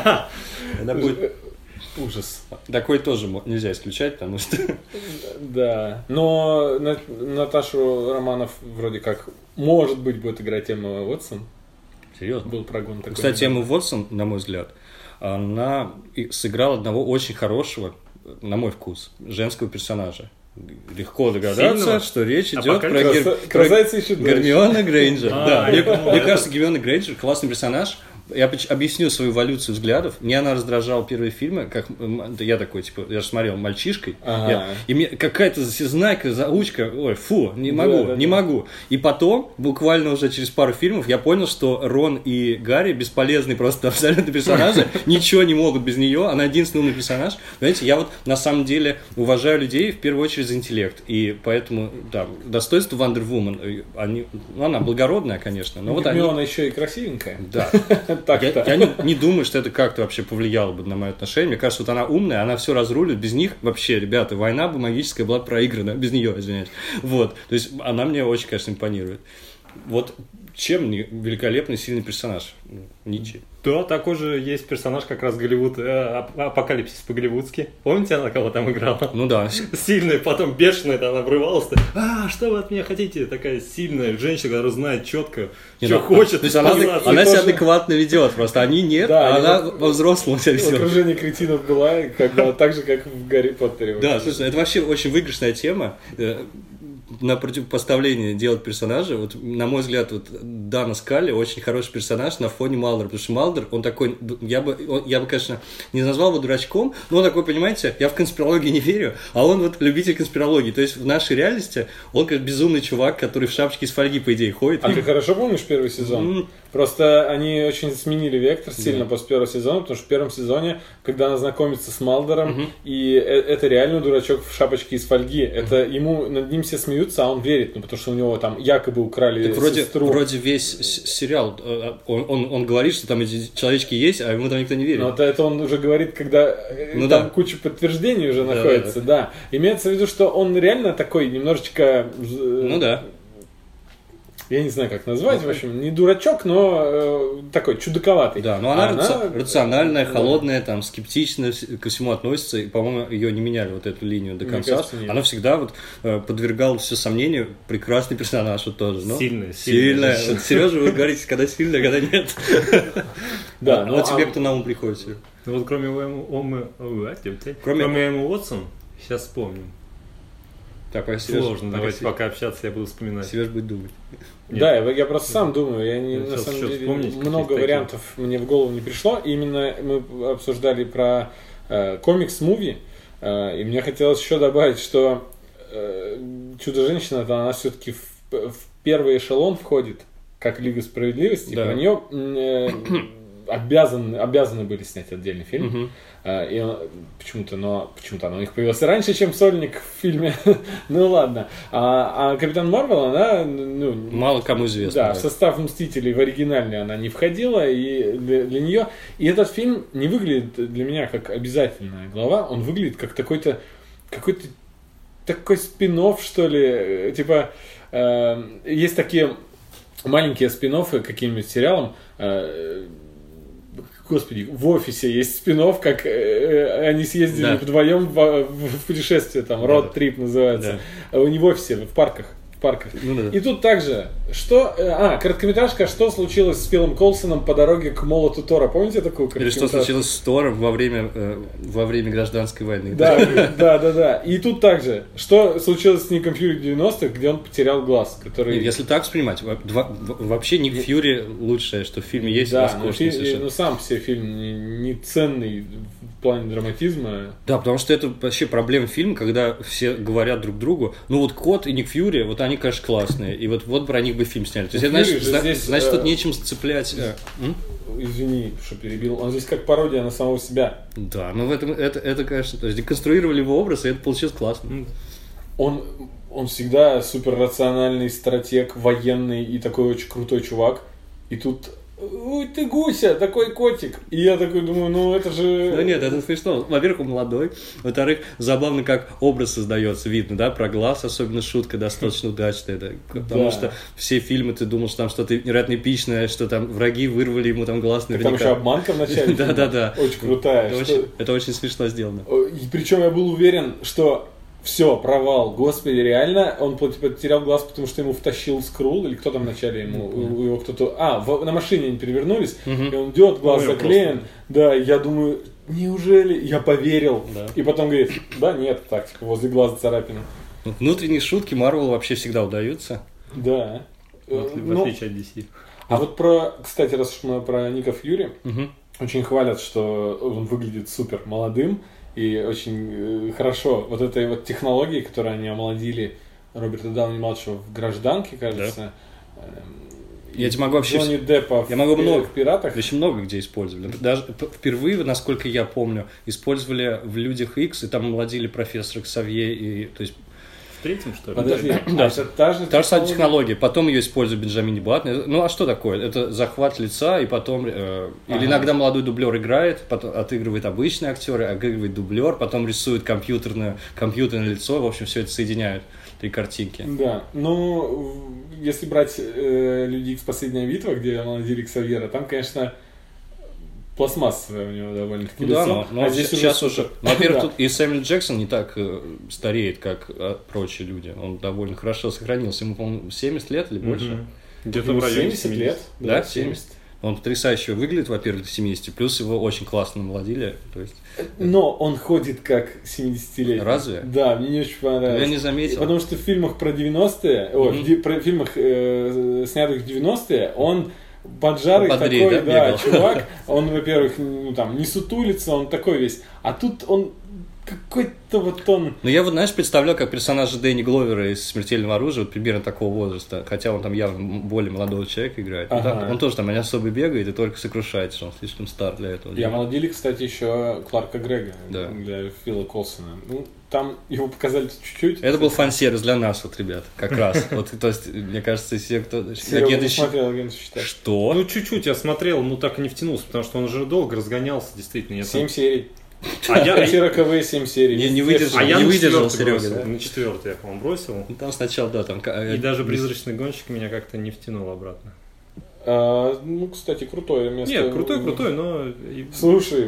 Тогда будет... Ужас. Такой тоже нельзя исключать, потому что... Да. Но Наташу Романов вроде как, может быть, будет играть Эмма Уотсон. Серьезно? Был прогон такой. Кстати, Эмма Уотсон, на мой взгляд, она сыграла одного очень хорошего, на мой вкус, женского персонажа. Легко догадаться, что речь идет про Гермиона Грейнджер. Мне кажется, Гермиона Грейнджер классный персонаж. Я объясню свою эволюцию взглядов. Мне она раздражала первые фильмы, как я такой, типа, я же смотрел мальчишкой, и мне какая-то всезнайка, заучка, не могу. И потом, буквально уже через пару фильмов, я понял, что Рон и Гарри бесполезные просто абсолютно персонажи, ничего не могут без нее, она единственный умный персонаж. Понимаете, я вот на самом деле уважаю людей в первую очередь за интеллект, и поэтому, да, достоинство Wonder Woman, она благородная, конечно, но вот она еще и красивенькая. Да. Я не думаю, что это как-то вообще повлияло бы на мои отношения. Мне кажется, вот она умная, она все разрулит. Без них вообще, ребята, война бы магическая была проиграна. Без нее, извиняюсь. Вот. То есть она мне очень, конечно, импонирует. Вот чем не великолепный, сильный персонаж? Ничего. Да, такой же есть персонаж как раз Голливуд, Апокалипсис по-голливудски. Помните, она кого там играла? Ну да. Сильная, потом бешеная, она врывалась. Что вы от меня хотите? Такая сильная женщина, которая знает четко, что хочет. То есть она себя адекватно ведет, просто они нет, а она по-взрослому себя ведет. Окружение кретинов была, так же, как в Гарри Поттере. Да, слушай, это вообще очень выигрышная тема. На противопоставление делать персонажа, вот, на мой взгляд, вот Дана Скалли очень хороший персонаж на фоне Малдера, потому что Малдер, он такой, я бы, конечно, не назвал его дурачком, но он такой, понимаете, я в конспирологию не верю, а он вот любитель конспирологии, то есть в нашей реальности он как безумный чувак, который в шапочке из фольги, по идее, ходит. А ты хорошо помнишь первый сезон? Просто они очень сменили вектор сильно после первого сезона, потому что в первом сезоне, когда она знакомится с Малдером, и это реально дурачок в шапочке из фольги, это над ним все смеются, а он верит, потому что у него там якобы украли сестру. Вроде весь сериал, он говорит, что там эти человечки есть, а ему там никто не верит. Но это он уже говорит, когда там куча подтверждений уже находится, да. Имеется в виду, что он реально такой немножечко... Я не знаю, как назвать, в общем, не дурачок, но такой чудаковатый. Да, но она рациональная, холодная, там, скептично ко всему относится, и, по-моему, ее не меняли, вот эту линию до конца. Кажется, она всегда вот подвергала все сомнению, прекрасный персонаж вот тоже. Сильная. Вот Сережа, вы говорите, когда сильная, когда нет. Да, но тебе кто на ум приходит? Вот кроме Эммы Уотсон, сейчас вспомним. Так, сложно, давайте пока общаться, я буду вспоминать. Сереж будет думать. Нет. Да, я просто сам думаю, на самом деле много вариантов мне в голову не пришло. Именно мы обсуждали про комикс-муви, и мне хотелось еще добавить, что Чудо-женщина, она все-таки в первый эшелон входит, как Лига справедливости, про нее обязаны были снять отдельный фильм. И почему-то она у них появилась раньше, чем сольник в фильме. Ну ладно. А Капитан Марвел, она... мало кому известна. Да, в состав Мстителей в оригинальный она не входила, и для нее... И этот фильм не выглядит для меня как обязательная глава, он выглядит как какой-то такой спин-офф, что ли. Типа, есть такие маленькие спин-оффы каким-нибудь сериалом, Господи, в «Офисе» есть спин-офф, как они съездили вдвоем в путешествие, там, «Road-трип» называется. Не в «Офисе», в парках. И тут также, короткометражка «Что случилось с Филом Колсоном по дороге к молоту Тора». Помните такую короткометражку? Или «Что случилось с Тором во время гражданской войны». Да. И тут также, что случилось с Ником Фьюри в 90-х, где он потерял глаз, который... Нет, если так воспринимать, вообще Ник Фьюри лучшее, что в фильме есть, роскошный совершенно. Ну, сам все фильм не ценный в плане драматизма. Да, потому что это вообще проблема фильма, когда все говорят друг другу, ну вот Кот и Ник Фьюри, вот они, конечно, классные, и вот про них бы фильм сняли. То есть, значит, тут нечем сцеплять. Извини, что перебил. Он здесь как пародия на самого себя. Да, но в этом это, конечно, то есть деконструировали его образ, и это получилось классно. Он всегда суперрациональный стратег, военный и такой очень крутой чувак. И тут... Ой, ты Гуся, такой котик. И я такой думаю, ну это же... Да нет, это смешно. Во-первых, он молодой. Во-вторых, забавно, как образ создается, видно, да, про глаз, особенно шутка достаточно удачная. Да? Потому что все фильмы ты думал, что там что-то невероятно эпичное, что там враги вырвали ему там глаз наверняка. Там еще обманка вначале. Да. Очень крутая. Это очень смешно сделано. И причем я был уверен, что... Все, провал. Господи, реально, он потерял глаз, потому что ему втащил скрул, или кто там вначале ему, его кто-то... на машине они перевернулись, и он идет, глаз заклеен. Да, я думаю, неужели? Я поверил. Да. И потом говорит, да нет, так, типа, возле глаза царапина. Внутренние шутки Марвел вообще всегда удаются. Да. В отличие от DC. А вот кстати, раз уж мы про Ника Фьюри, очень хвалят, что он выглядит супер молодым. И очень хорошо вот этой вот технологии, которой они омолодили Роберта Дауни-младшего в «Гражданке», кажется. Да. Я тебе могу вообще... Джонни Деппа в «Пиратах». Очень много где использовали. Даже впервые, насколько я помню, использовали в «Людях Икс», и там омолодили профессора Ксавье, и, то есть... В третьем, что ли? Подожди, это та же технология. Потом ее использует Бенджамин Баттон. Ну, а что такое? Это захват лица, и потом... Или иногда молодой дублер играет, потом отыгрывает обычные актеры, отыгрывает дублер, потом рисует компьютерное лицо. В общем, все это соединяют. 3 картинки. Да. Ну, если брать «Люди Икс. Последняя битва», где омолодили Ксавьера, там, конечно... пластмассовое у него довольно-таки лицо. Но здесь сейчас уже... Во-первых, тут и Сэмюэл Джексон не так стареет, как прочие люди. Он довольно хорошо сохранился. Ему, по-моему, 70 лет или больше. Где-то в районе 70 лет. Да, 70. Он потрясающе выглядит, во-первых, до 70, плюс его очень классно намолодили. То есть... Но он ходит как 70-летний. Разве? Да, мне не очень понравилось. Я не заметил. Потому что в фильмах про 90-е, в фильмах, снятых в 90-е, он... поджарый такой, да, чувак. Он, во-первых, не сутулится, он такой весь. А тут он какой-то вот он... Ну, я вот, знаешь, представлял, как персонажа Дэнни Гловера из «Смертельного оружия», вот примерно такого возраста, хотя он там явно более молодого человека играет. Он тоже там не особо бегает и только сокрушается, он слишком стар для этого. И омолодили, кстати, еще Кларка Грега для Фила Колсона. Ну, там его показали чуть-чуть. Это был фан-сервис для нас, вот, ребят, как раз. Вот, то есть, мне кажется, все, кто... Серега не смотрел «Агентов щита». Что? Ну, чуть-чуть я смотрел, но так и не втянулся, потому что он уже долго разгонялся, действительно. 7 серий. Все роковые 7 серий. Не выдержал Серега, да? На 4-й я, по-моему, бросил. Там сначала, да, там... И даже «Призрачный гонщик» меня как-то не втянул обратно. Ну, кстати, крутое место. Нет, крутой, но... Слушай,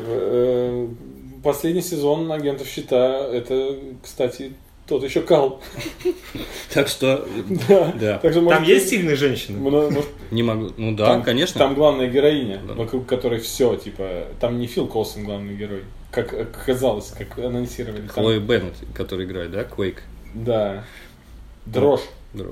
последний сезон «Агентов щита» это, кстати, тот еще кал. Так что... Да. Там есть сильные женщины? Не могу. Ну да, конечно. Там главная героиня, вокруг которой все, типа... Там не Фил Колсон главный герой, как оказалось, как анонсировали. Хлоя Беннет, который играет, да? Квейк. Да. Дрожь.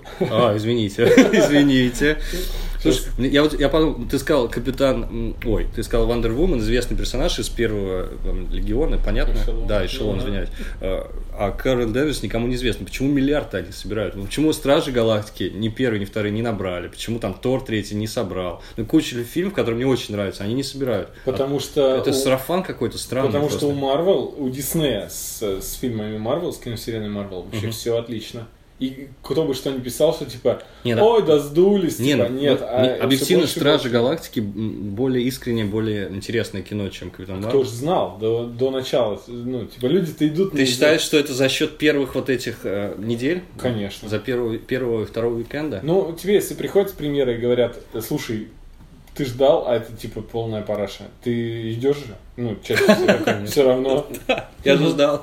Извините. Слушай, я подумал, ты сказал ты сказал Wonder Woman, известный персонаж из первого Легиона, понятно? Да, Эшелон, извиняюсь. А Кэрол Дэвис никому не известно. Почему миллиард они собирают? Почему Стражи Галактики ни первый, ни второй не набрали? Почему там Тор третий не собрал? Ну, куча фильмов, которые мне очень нравятся, они не собирают. Потому что... Это сарафан какой-то странный. Потому что у Марвел, у Диснея с фильмами Марвел, с киновселенной Марвел, вообще все отлично. И кто бы что ни писал, что типа, ой, да сдулись, типа, нет. Объективно «Стражи Галактики» более искреннее, более интересное кино, чем «Капитан Марвел». Кто ж знал до начала, ну, типа, люди-то идут... Ты считаешь, что это за счет первых вот этих недель? Конечно. За первого и второго уикенда? Ну, тебе, если приходят с премьерой и говорят, слушай, ты ждал, а это типа полная параша. Ты ждешь же? Ну, чаще всего, все равно. Я же ждал.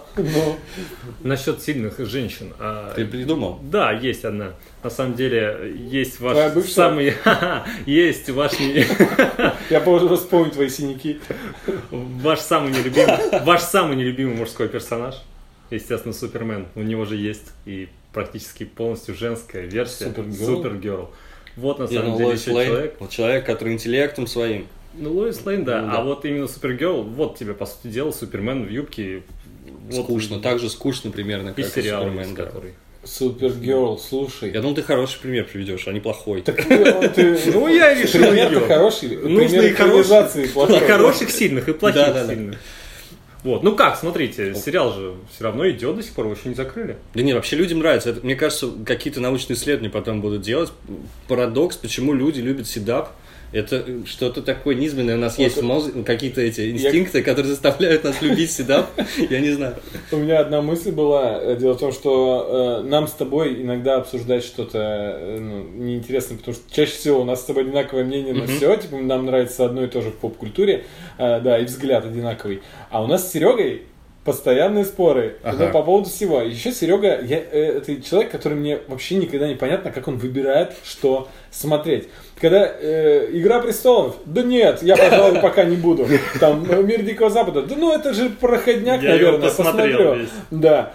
Насчет сильных женщин. Ты придумал? Да, есть одна. На самом деле, есть Твоя ваш бывшая? самый... Есть ваш... Я должен вспомнить твои синяки. Ваш самый нелюбимый мужской персонаж. Естественно, Супермен. У него же есть и практически полностью женская версия. Супергерл. Вот на самом деле еще человек. Вот человек, который интеллектом своим. Ну, Лоис Лейн, да. Ну, А вот именно Супергерл, вот тебе, по сути дела, Супермен в юбке. Скучно. Так же скучно примерно, как и сериал, Супермен. который... Супергерл, слушай. Я думал, ты хороший пример приведешь, а не плохой. Ну, я решил Пример-то ее. хороший. Нужно и экранизации плохой. И хороших сильных, и плохих Да. сильных. Вот. Ну как, смотрите, сериал же все равно идет до сих пор, его еще не закрыли. Да не, вообще людям нравится. Это, мне кажется, какие-то научные исследования потом будут делать. Парадокс, почему люди любят седап. Это что-то такое низменное у нас есть в мозге, какие-то эти инстинкты, которые заставляют нас любить седап. Я не знаю. У меня одна мысль была. Дело в том, что нам с тобой иногда обсуждать что-то неинтересно, потому что чаще всего у нас с тобой одинаковое мнение на все. Типа нам нравится одно и то же в поп-культуре, да, и взгляд одинаковый. А у нас с Серегой постоянные споры по поводу всего. Еще Серега, это человек, который мне вообще никогда не понятно, как он выбирает, что смотреть. Когда «Игра престолов», да нет, я, пожалуй, пока не буду. Там «Мир Дикого Запада», да ну это же проходняк, Я наверное, его посмотрел весь. Да.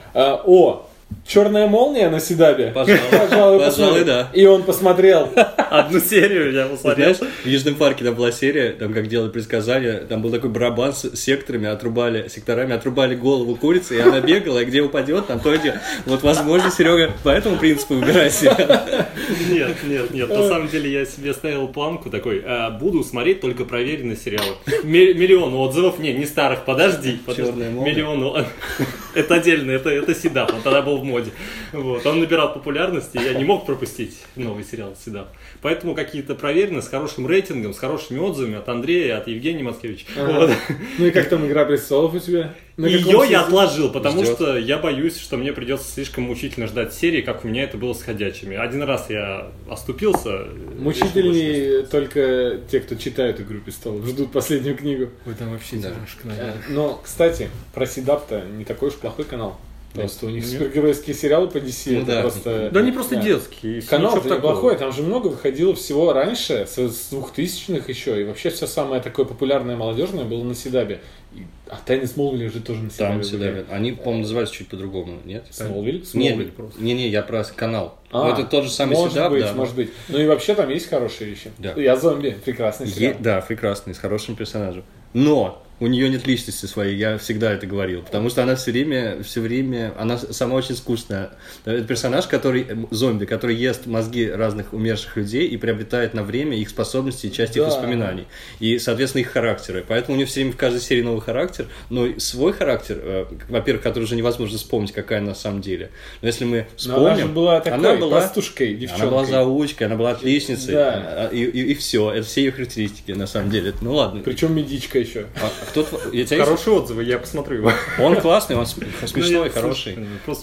«Черная молния» на Седабе. Пожалуй, да. И он посмотрел. Одну серию я посмотрел. Знаешь, в Южном парке там была серия, там как делали предсказания, там был такой барабан с секторами, отрубали голову курицы, и она бегала, и где упадет, там то идет. Вот, возможно, Серега по этому принципу выбирает себя. Нет. На самом деле я себе ставил планку такой, буду смотреть только проверенные сериалы. Миллион отзывов, не старых, подожди. «Черная молния». Миллион. Это отдельно, это Седап, он тогда был в моде. Вот. Он набирал популярность, и я не мог пропустить новый сериал Седап. Поэтому какие-то проверенные, с хорошим рейтингом, с хорошими отзывами от Андрея, от Евгения Маткевича. Вот. Ну и как там «Игра престолов» у тебя? Ее я отложил, потому что я боюсь, что мне придется слишком мучительно ждать серии, как у меня это было с «Ходячими». Один раз я оступился. Мучительнее только те, кто читают «Игру престолов», ждут последнюю книгу. Ой, там вообще тяжко, наверное. Но, кстати, про Седап-то не такой уж плохой канал. Просто у них супергеройские сериалы по DC, Ну, это да. просто... Да они просто детские. Канал-то неплохой, там же много выходило всего раньше, с 2000-х еще, и вообще все самое такое популярное молодежное было на Седабе. А «Тайны Смолвиля» же тоже на Там Седабе были. Они, по-моему, называются чуть по-другому, нет? Смолвиль? Нет, просто. не, я про канал. Это тот же самый может Седап, быть, да. может быть. Ну и вообще там есть хорошие вещи. Да. «Я зомби», прекрасный сериал. Да, прекрасный, с хорошим персонажем. Но у нее нет личности своей, я всегда это говорил. Потому что она все время, она сама очень скучная. Это персонаж, зомби, который ест мозги разных умерших людей и приобретает на время их способности и часть их воспоминаний. И, соответственно, их характеры. Поэтому у нее все время в каждой серии новый характер, но свой характер, во-первых, который уже невозможно вспомнить, какая она на самом деле. Но если мы вспомним... она же была такой пастушкой, девчонкой. Она была заучкой, она была отличницей. Да. И все, это все ее характеристики, на самом деле. Ну ладно. Причем медичка еще. Хорошие отзывы, я посмотрю его. Он классный, он смешной, хороший.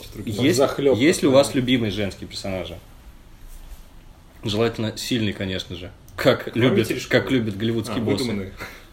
Есть ли у вас любимые женские персонажи? Желательно сильный, конечно же. Как любят голливудские боссы.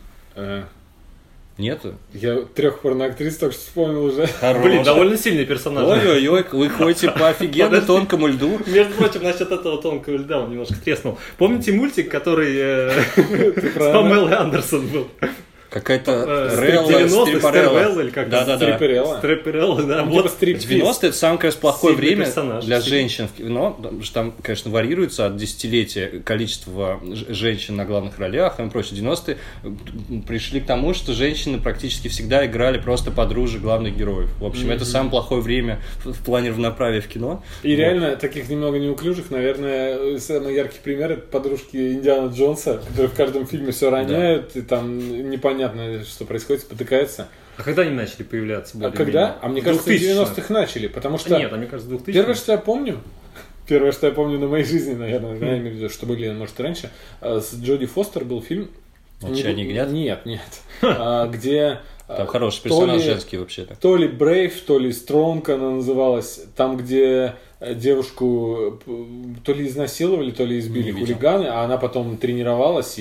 Нету? Я 3 порноактрис только что вспомнил уже. Блин, довольно сильный персонаж. Ой-ой-ой, вы ходите по офигенно тонкому льду. Между прочим, насчет этого тонкого льда он немножко треснул. Помните мультик, который с Памелой Андерсон был? Какая-то Стрипперелла или как? Да. Стриперелла, да. Вот 90-е это самое, конечно, плохое сильный время персонаж. для женщин в кино, потому что там, конечно, варьируется от десятилетия количество женщин на главных ролях и прочее. 90-е пришли к тому, что женщины практически всегда играли просто подружек главных героев. В общем, это самое плохое время в плане равноправия в кино. И реально, таких немного неуклюжих, наверное, самый яркий пример — это подружки Индиана Джонса, которые в каждом фильме все роняют, и там непонятно, что происходит, спотыкается. А когда они начали появляться? А когда? А мне кажется, в 90-х начали, потому что... Нет, а мне кажется, 2000-х. Первое, что я помню на моей жизни, наверное, я имею в виду, что были, может, раньше, с Джоди Фостер был фильм... «Молчание ягнят»? Нет. Где... Там хороший персонаж женский вообще-то. То ли Брейв, то ли Стронг она называлась. Там, где девушку то ли изнасиловали, то ли избили хулиганы, а она потом тренировалась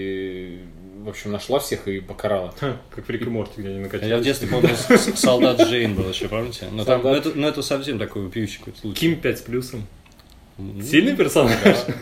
и, в общем, нашла всех и покарала. Как в Рик и Морти, где они накачались. Я в детстве помню, солдат Джейн был еще, помните? Но там, это совсем такой вопиющий какой-то случай. Ким 5+. Сильный персонаж?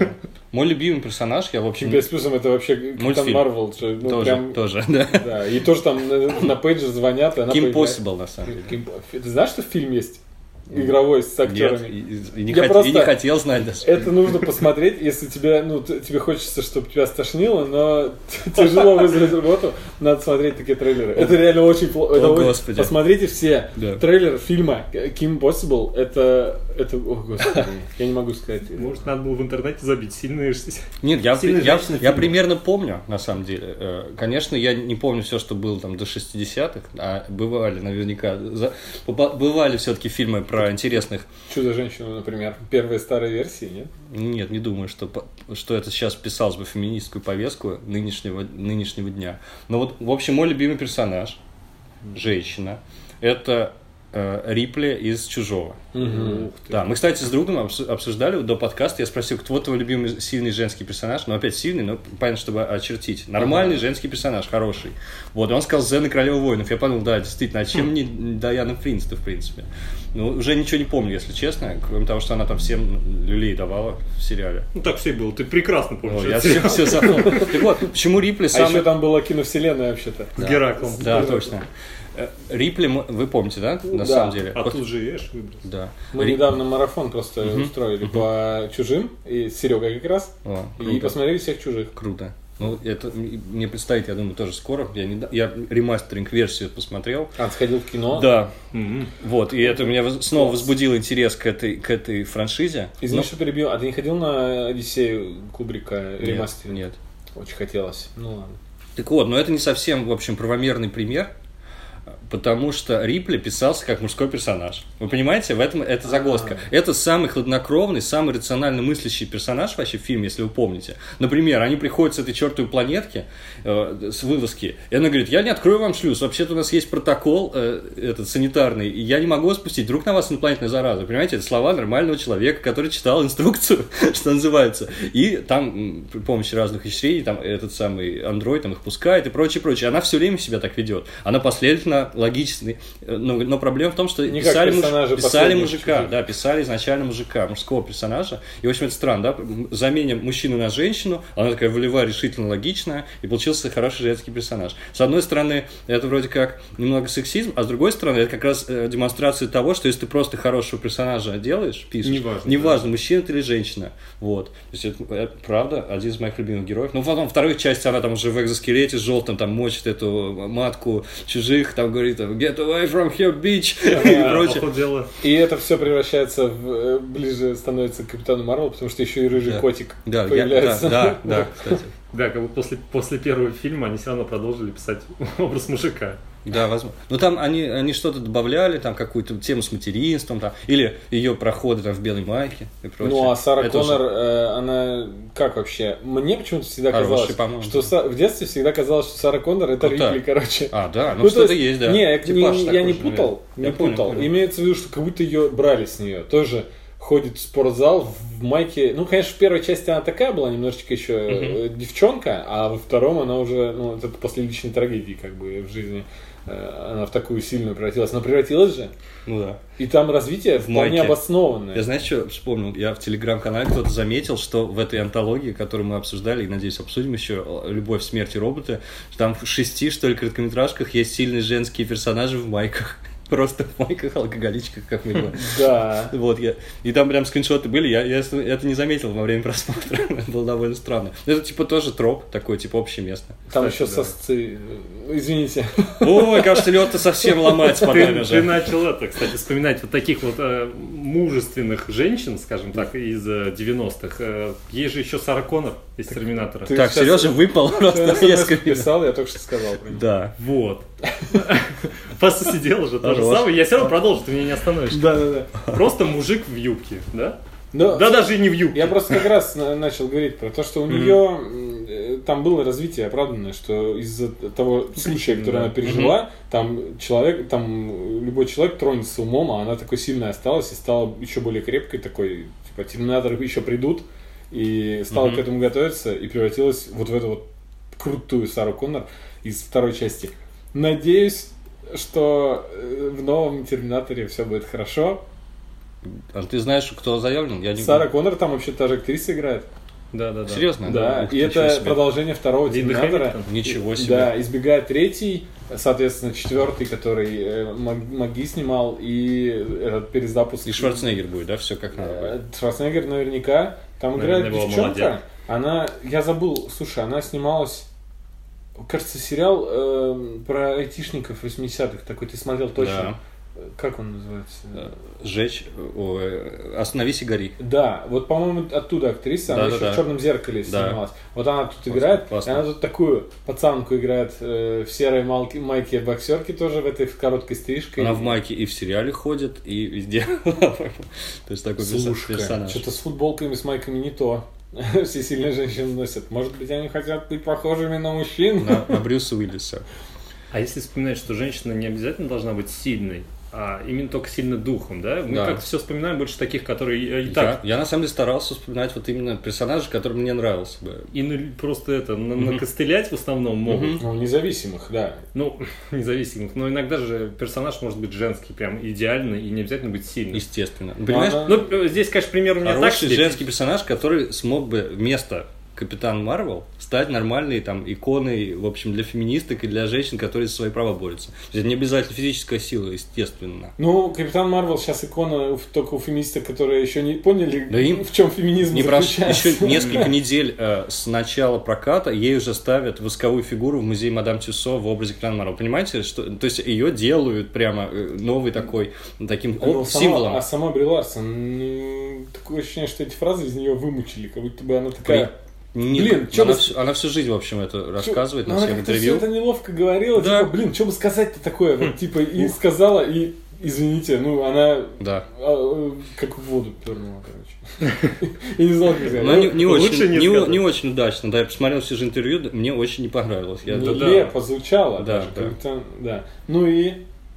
Мой любимый персонаж, я в общем... Ким 5+ это вообще Капитан Марвел. Тоже, да. Да, и тоже там на пейджер звонят, и она Ким Possible, на самом деле. Ты знаешь, что фильм есть? Игровой с актерами. Нет, и не хотел знать даже. Это нужно посмотреть, если тебе хочется, чтобы тебя стошнило, но тяжело вызвать работу, надо смотреть такие трейлеры. Это реально очень плохо. Господи. Посмотрите все трейлеры фильма Kim Possible. Это, о господи, я не могу сказать. Может, надо было в интернете забить сильные. Нет, я примерно помню, на самом деле. Конечно, я не помню все, что было там до 60-х, а бывали наверняка. Бывали все-таки фильмы про интересных... Чудо-женщину, например. Первые старые версии, нет? Нет, не думаю, что это сейчас вписалось бы в феминистскую повестку нынешнего дня. Но вот, в общем, мой любимый персонаж, женщина, это Рипли из «Чужого». Да, мы, кстати, с другом обсуждали до подкаста, я спросил, кто твой любимый сильный женский персонаж, ну, опять сильный, но понятно, чтобы очертить. Нормальный женский персонаж, хороший. Вот, и он сказал Зена Королева воинов. Я подумал, да, действительно, а чем не Дайана Принц-то, в принципе? Ну, уже ничего не помню, если честно, кроме того, что она там всем люлей давала в сериале. Ну, так все и было, ты прекрасно помнишь. Я все запомнил. Так вот, почему Рипли самый... А еще там была киновселенная, вообще-то. С Гераклом. Да, точно. Рипли, вы помните, да, на самом деле? А тут же Эш выброс. Да. Мы недавно марафон просто устроили по «Чужим», и с Серегой как раз, и посмотрели всех «Чужих». Круто. Ну, это мне предстоит, я думаю, тоже скоро. Я ремастеринг-версию посмотрел. А, сходил в кино? Да. Вот, и это меня снова возбудило интерес к этой франшизе. Извини, что перебил. А ты не ходил на «Одиссею» Кубрика ремастеринг? Нет. Очень хотелось. Ну ладно. Так вот, но это не совсем, в общем, правомерный пример. Потому что Рипли писался как мужской персонаж. Вы понимаете, в этом это загвоздка. Это самый хладнокровный, самый рационально мыслящий персонаж вообще в фильме, если вы помните. Например, они приходят с этой чертовой планетки, с вывозки, и она говорит, я не открою вам шлюз, вообще-то у нас есть протокол этот санитарный, и я не могу вас пустить, вдруг на вас инопланетная зараза. Понимаете, это слова нормального человека, который читал инструкцию, что называется. И там при помощи разных исчислений, там этот самый андроид там их пускает и прочее, прочее. Она все время себя так ведет. Она последовательно логичный, но проблема в том, что писали мужика, да, писали изначально мужского персонажа, и, в общем, это странно, да, заменим мужчину на женщину, она такая волевая, решительно логичная, и получился хороший женский персонаж. С одной стороны, это вроде как немного сексизм, а с другой стороны, это как раз демонстрация того, что если ты просто хорошего персонажа делаешь, пишешь, неважно, мужчина ты или женщина, вот, то есть это правда, один из моих любимых героев, но потом второй части она там уже в экзоскелете желтом, там мочит эту матку чужих, там говорит, get away from here, bitch, и прочее. И это все превращается ближе становится к Капитану Марвел, потому что еще и рыжий котик появляется. Да, кстати. Да, как бы после первого фильма они все равно продолжили писать образ мужика. Да, возможно. Но там они что-то добавляли, там какую-то тему с материнством, там, или ее проходы там в белой майке и прочее. Ну, а Сара Коннор, она как вообще? Мне почему-то всегда казалось, что в детстве всегда казалось, что Сара Коннор это Рипли, короче. А, да, ну что-то есть, да. Не, я не путал. Имеется в виду, что как будто ее брали с нее. Тоже ходит в спортзал в майке. Ну, конечно, в первой части она такая была, немножечко еще девчонка, а во втором она уже, ну, это после личной трагедии, как бы, в жизни. Она в такую сильную превратилась. Она превратилась же. Ну да. И там развитие вполне обоснованное. Я, знаешь, что вспомнил? Я в телеграм-канале кто-то заметил, что в этой антологии, которую мы обсуждали, и, надеюсь, обсудим еще, «Любовь, смерть и роботы», там в 6, что ли, короткометражках есть сильные женские персонажи в майках. Просто в майках, алкоголичках, как мы говорим. Да. Вот, и там прям скриншоты были, я это не заметил во время просмотра, это было довольно странно. Это типа тоже троп, такой, типа общее место. Там еще сосцы, извините. Ой, кажется, лед-то совсем ломается под нами же. Ты начал это, кстати, вспоминать вот таких вот мужественных женщин, скажем так, из 90-х. Есть же еще Сара Коннор из «Терминатора». Так, Сережа выпал просто резко. Писал, я только что сказал про него. Да. Вот. По сути дела же то же самое. Я все равно продолжу, ты меня не остановишь. Да. Просто мужик в юбке, да? Да, даже и не в юбке. Я просто как раз начал говорить про то, что у нее там было развитие оправданное, что из-за того случая, который она пережила, там любой человек тронется умом, а она такой сильной осталась и стала еще более крепкой, такой, типа, терминаторы еще придут, и стала к этому готовиться, и превратилась вот в эту вот крутую Сару Коннор из второй части. Надеюсь, что в новом Терминаторе все будет хорошо. А ты знаешь, кто заявлен? Сара Коннор там вообще та же актриса играет. Да. Серьезно? Да, и это продолжение второго Терминатора. Ничего себе. Да, избегает третий, соответственно, четвертый, который Маги снимал, и этот перезапуск. И Шварценеггер будет, да? Все как надо будет. Шварценеггер наверняка. Там играет девчонка. Я забыл, слушай, она снималась, кажется, сериал про айтишников 80-х, такой ты смотрел точно. Да. Как он называется? «Сжечь», «Остановись и гори». Да, вот, по-моему, оттуда актриса, она еще в «Черном зеркале» снималась. Вот она тут играет, и она тут такую пацанку играет в серой майке боксерки тоже, в этой короткой стрижке. Она в майке и в сериале ходит, и везде. То есть такой персонаж. Что-то с футболками, с майками не то. Все сильные женщины носят. Может быть, они хотят быть похожими на мужчин? На Брюса Уиллиса. А если вспоминать, что женщина не обязательно должна быть сильной, а именно только сильно духом, да? Мы как-то все вспоминаем больше таких, которые и так... Я на самом деле старался вспоминать вот именно персонажа, который мне нравился бы. И просто накостылять в основном могут. Ну, независимых, да. Ну, независимых. Но иногда же персонаж может быть женский, прям идеальный, и не обязательно быть сильным. Естественно. Понимаешь? Ну, здесь, конечно, пример у меня так себе. Женский персонаж, который смог бы вместо Капитан Марвел стать нормальной там иконой, в общем, для феминисток и для женщин, которые за свои права борются. Это не обязательно физическая сила, естественно. Ну, Капитан Марвел сейчас икона только у феминисток, которые еще не поняли, в чем феминизм заключается. Еще несколько недель с начала проката ей уже ставят восковую фигуру в музее Мадам Тюссо в образе Капитана Марвел. Понимаете? То есть ее делают прямо новый таким символом. А сама Бри Ларсон, такое ощущение, что эти фразы из нее вымучили, как будто бы она такая... Она всю жизнь, в общем, это рассказывает на всех интервью. Она все это неловко говорила, да. Типа, что бы сказать-то такое? Вот, типа, и сказала, и, извините, она как в воду пернула, короче. И не знала, как сказать. Но не очень удачно. Да, я посмотрел все же интервью, мне очень не понравилось. Нелепо звучало. Да. Ну и...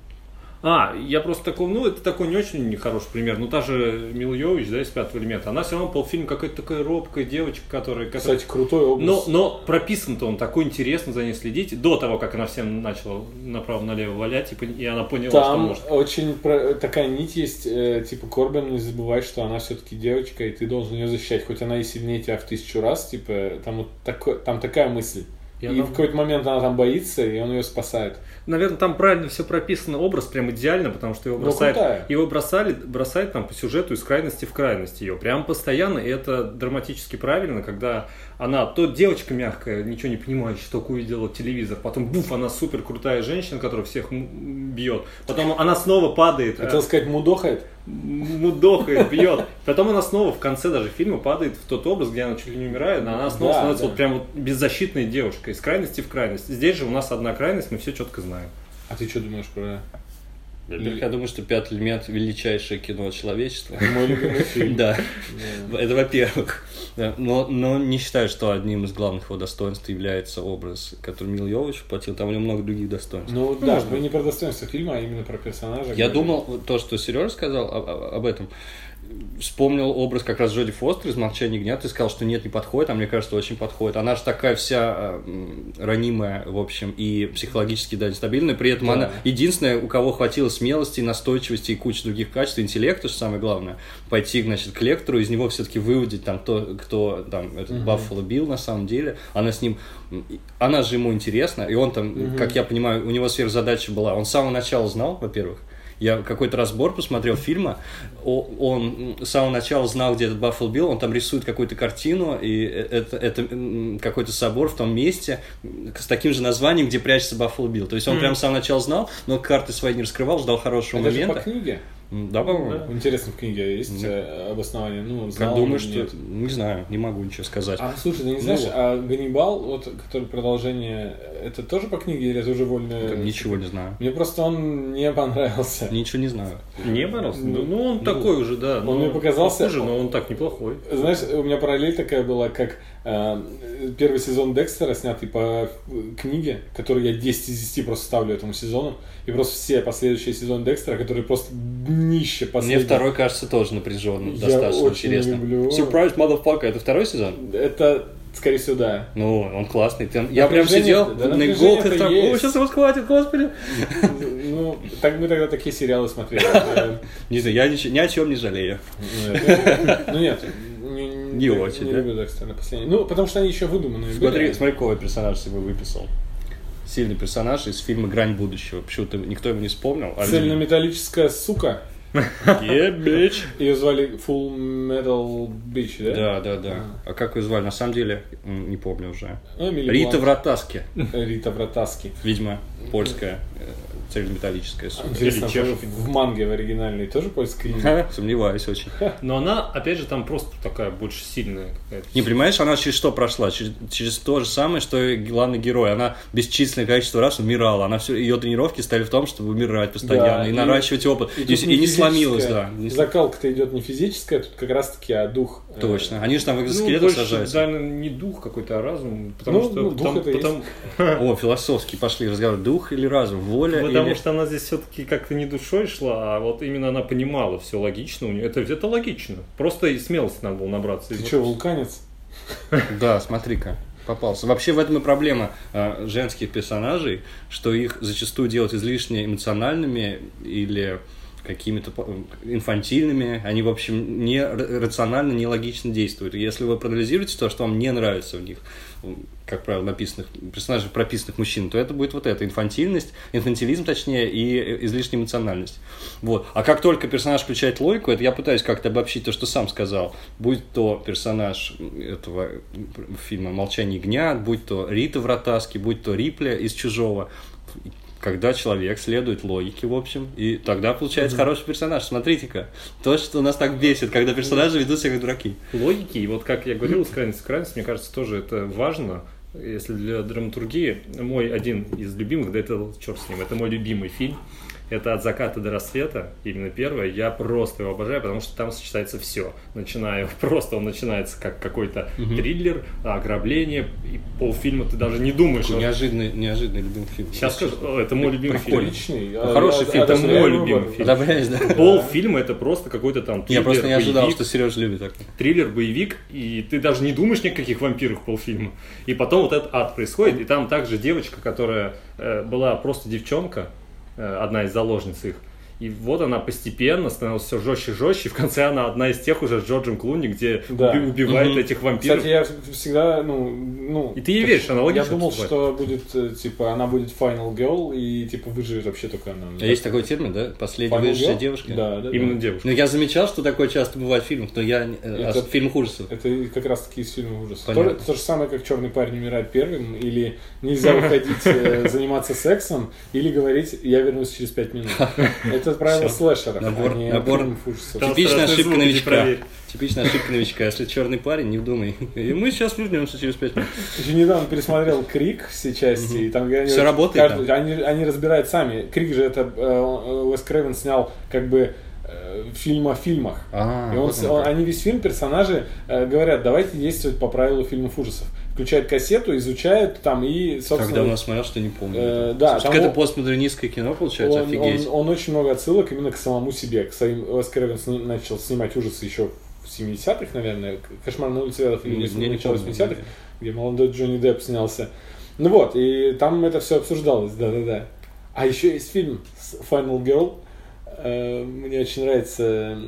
Я просто такой, это такой не очень нехороший пример. Та же Мила Йовович, да, из «Пятого элемента», она все равно полфильма какая-то такая робкая девочка, которая... Кстати, крутой образ. Но прописан-то он такой интересно за ней следить, до того, как она всем начала направо-налево валять, и она поняла, что может. Там очень такая нить есть, типа, Корбин, не забывай, что она все-таки девочка, и ты должен ее защищать, хоть она и сильнее тебя в 1000 раз, типа, там такая мысль. И в какой-то момент она там боится, и он ее спасает. Наверное, там правильно все прописано, образ прям идеально, потому что его бросает там по сюжету из крайности в крайность ее. Прям постоянно, и это драматически правильно, когда она то девочка мягкая, ничего не понимающая, только увидела телевизор, потом она супер крутая женщина, которая всех бьет, потом она снова падает. Хотел сказать, мудохает, бьет. Потом она снова в конце даже фильма падает в тот образ, где она чуть ли не умирает, но она снова становится вот прям вот беззащитной девушкой, из крайности в крайность. Здесь же у нас одна крайность, мы все четко знаем. А ты что думаешь про... Я думаю, что «Пятый элемент» — величайшее кино человечества. Мой любимый фильм. Да, это во-первых. Но не считаю, что одним из главных его достоинств является образ, который Мила Йовович воплотил. Там у него много других достоинств. Мы не про достоинство фильма, а именно про персонажа. Я думал, то, что Сережа сказал об этом, вспомнил образ как раз Джоди Фостер из «Молчания ягнят» и сказал, что нет, не подходит, а мне кажется, очень подходит. Она же такая вся ранимая, в общем, и психологически, нестабильная, при этом она единственная, у кого хватило смелости, настойчивости и кучи других качеств, интеллекта, что самое главное, пойти, к лектору, из него все-таки выудить кто этот Баффало Билл на самом деле, она же ему интересна, и он там, как я понимаю, у него сверхзадача была, он с самого начала знал, во-первых. Я какой-то разбор посмотрел фильма, он с самого начала знал, где этот Баффало Билл, он там рисует какую-то картину, и это какой-то собор в том месте с таким же названием, где прячется Баффало Билл. То есть он прямо с самого начала знал, но карты свои не раскрывал, ждал хорошего момента. Это же по книге? Да, по-моему. Интересно, в книге есть обоснование? Как думаю, что... Не знаю, не могу ничего сказать. Слушай, ты не знаешь, а «Ганнибал», который продолжение, это тоже по книге или это уже вольно? Ничего не знаю. Мне просто он не понравился. Ничего не знаю. Не понравился? Он такой уже, да. Он мне показался... Похоже, но он так неплохой. Знаешь, у меня параллель такая была, как Первый сезон Декстера, снятый по книге, который я 10 из 10 просто ставлю этому сезону. И просто все последующие сезоны Декстера, которые просто днище последние. Мне второй кажется тоже напряженным, Я достаточно очень интересным. люблю. Surprise, motherfucker, это второй сезон? Это, скорее всего, да. Ну, он классный. Я прям сидел на иголках, о, сейчас его схватит, господи. Ну, так мы тогда такие сериалы смотрели. Не знаю, я ни о чем не жалею. Ну нет, Не очень, да? люблю Декстера на последний. Ну, потому что они еще выдуманные Смотри, были. какой персонаж себе выписал. Сильный персонаж из фильма «Грань будущего». Почему-то никто его не вспомнил. Цельнометаллическая сука. Yeah, bitch. Ее звали Full Metal Bitch, да? Да. А как ее звали? На самом деле, не помню уже. Эмили Рита Блант. Вратаски. Рита Вратаски. Видимо, польская цельнометаллическая сука. Интересно, Или чешская. в манге в оригинальной тоже польское имя? Сомневаюсь очень. Но она, опять же, там просто такая больше сильная какая-то. Не понимаешь, она через что прошла? Через то же самое, что и главный герой. Она бесчисленное количество раз умирала. Ее тренировки стали в том, чтобы умирать постоянно Да, и наращивать опыт. И не сломилась, да. Закалка-то идет не физическая, тут как раз-таки, а дух. Точно. Они же там в Ну, экзоскелетах больше, сажаются. наверное, не дух какой-то, а разум. Потому Ну, что дух это есть. О, философски пошли разговоры. Дух или разум? Воля Потому или... что она здесь все-таки как-то не душой шла, а вот именно она понимала все логично у нее. Это логично. Просто и смелости надо было набраться. Ты что, вулканец? Да, смотри-ка. Попался. Вообще в этом и проблема женских персонажей, что их зачастую делают излишне эмоциональными или какими-то инфантильными, они, в общем, не рационально, не логично действуют. И если вы проанализируете то, что вам не нравится в них, как правило, написанных персонажей, прописанных мужчин, то это будет вот эта инфантилизм, точнее, и излишняя эмоциональность. Вот. А как только персонаж включает логику, это я пытаюсь как-то обобщить то, что сам сказал, будь то персонаж этого фильма «Молчание ягнят», будь то Рита Вратаски, будь то Рипли из «Чужого», когда человек следует логике, в общем, и тогда получается хороший персонаж. Смотрите-ка, то, что нас так бесит, когда персонажи ведут себя как дураки. Логики, и вот как я говорил, из крайности в крайность, мне кажется, тоже это важно. Если для драматургии, мой один из любимых, да это черт с ним, это мой любимый фильм. Это «От заката до рассвета», именно первое. Я просто его обожаю, потому что там сочетается все. Он начинается как какой-то триллер, ограбление, и полфильма ты даже не думаешь. Неожиданный любимый фильм. Сейчас скажу, это мой любимый фильм. Прикольный. Хороший фильм. Это мой любимый фильм. Одобряешь, да? Полфильма это просто какой-то там триллер, Я просто не ожидал, боевик. что Сережа любит такой. Триллер, боевик, и ты даже не думаешь ни о каких вампирах полфильма. И потом вот этот ад происходит, и там также девочка, которая была просто девчонка, одна из заложниц их. И вот она постепенно становилась все жестче и жестче. И в конце она одна из тех уже с Джорджем Клуни, где убивает этих вампиров. Кстати, я всегда, И ты ей веришь, она логично Я думал, поступает. что будет, типа, она будет final girl, и, типа, выживет вообще только она. Есть такой термин, да? Последняя Final выжившая girl? девушка? Да. Именно девушка. Ну, я замечал, что такое часто бывает в фильмах, но я... в фильмах ужасов. Это как раз таки из фильма ужасов. Понятно. То же самое, как «Черный парень умирает первым», или нельзя выходить заниматься сексом, или говорить «я вернусь через 5 минут». Это правило слэшеров, Набор. а не фильмов ужасов. Там Типичная страшные ошибка звуки, новичка. проверь. Типичная ошибка новичка. Если черный парень, не вдумай. И мы сейчас вернемся через 5 минут. Еще недавно пересмотрел «Крик» все части, и там они Всё работает там? Они разбирают сами. «Крик» же это Уэс Крейвен снял как бы фильм о фильмах. И они весь фильм, персонажи говорят, давайте действовать по правилу фильмов ужасов. Включает кассету, изучает там и, собственно... Когда у нас смотрел, что не помню. Да, Слушай, это постмодернистское кино, получается, офигеть. Он очень много отсылок именно к самому себе. К своим... Уэс Крейвен начал снимать ужасы еще в 70-х, наверное. «Кошмар на улице Вязов» или начало 80-х, где молодой Джонни Депп снялся. Ну вот, и там это все обсуждалось, да. А еще есть фильм «Final Girl». Мне очень нравится...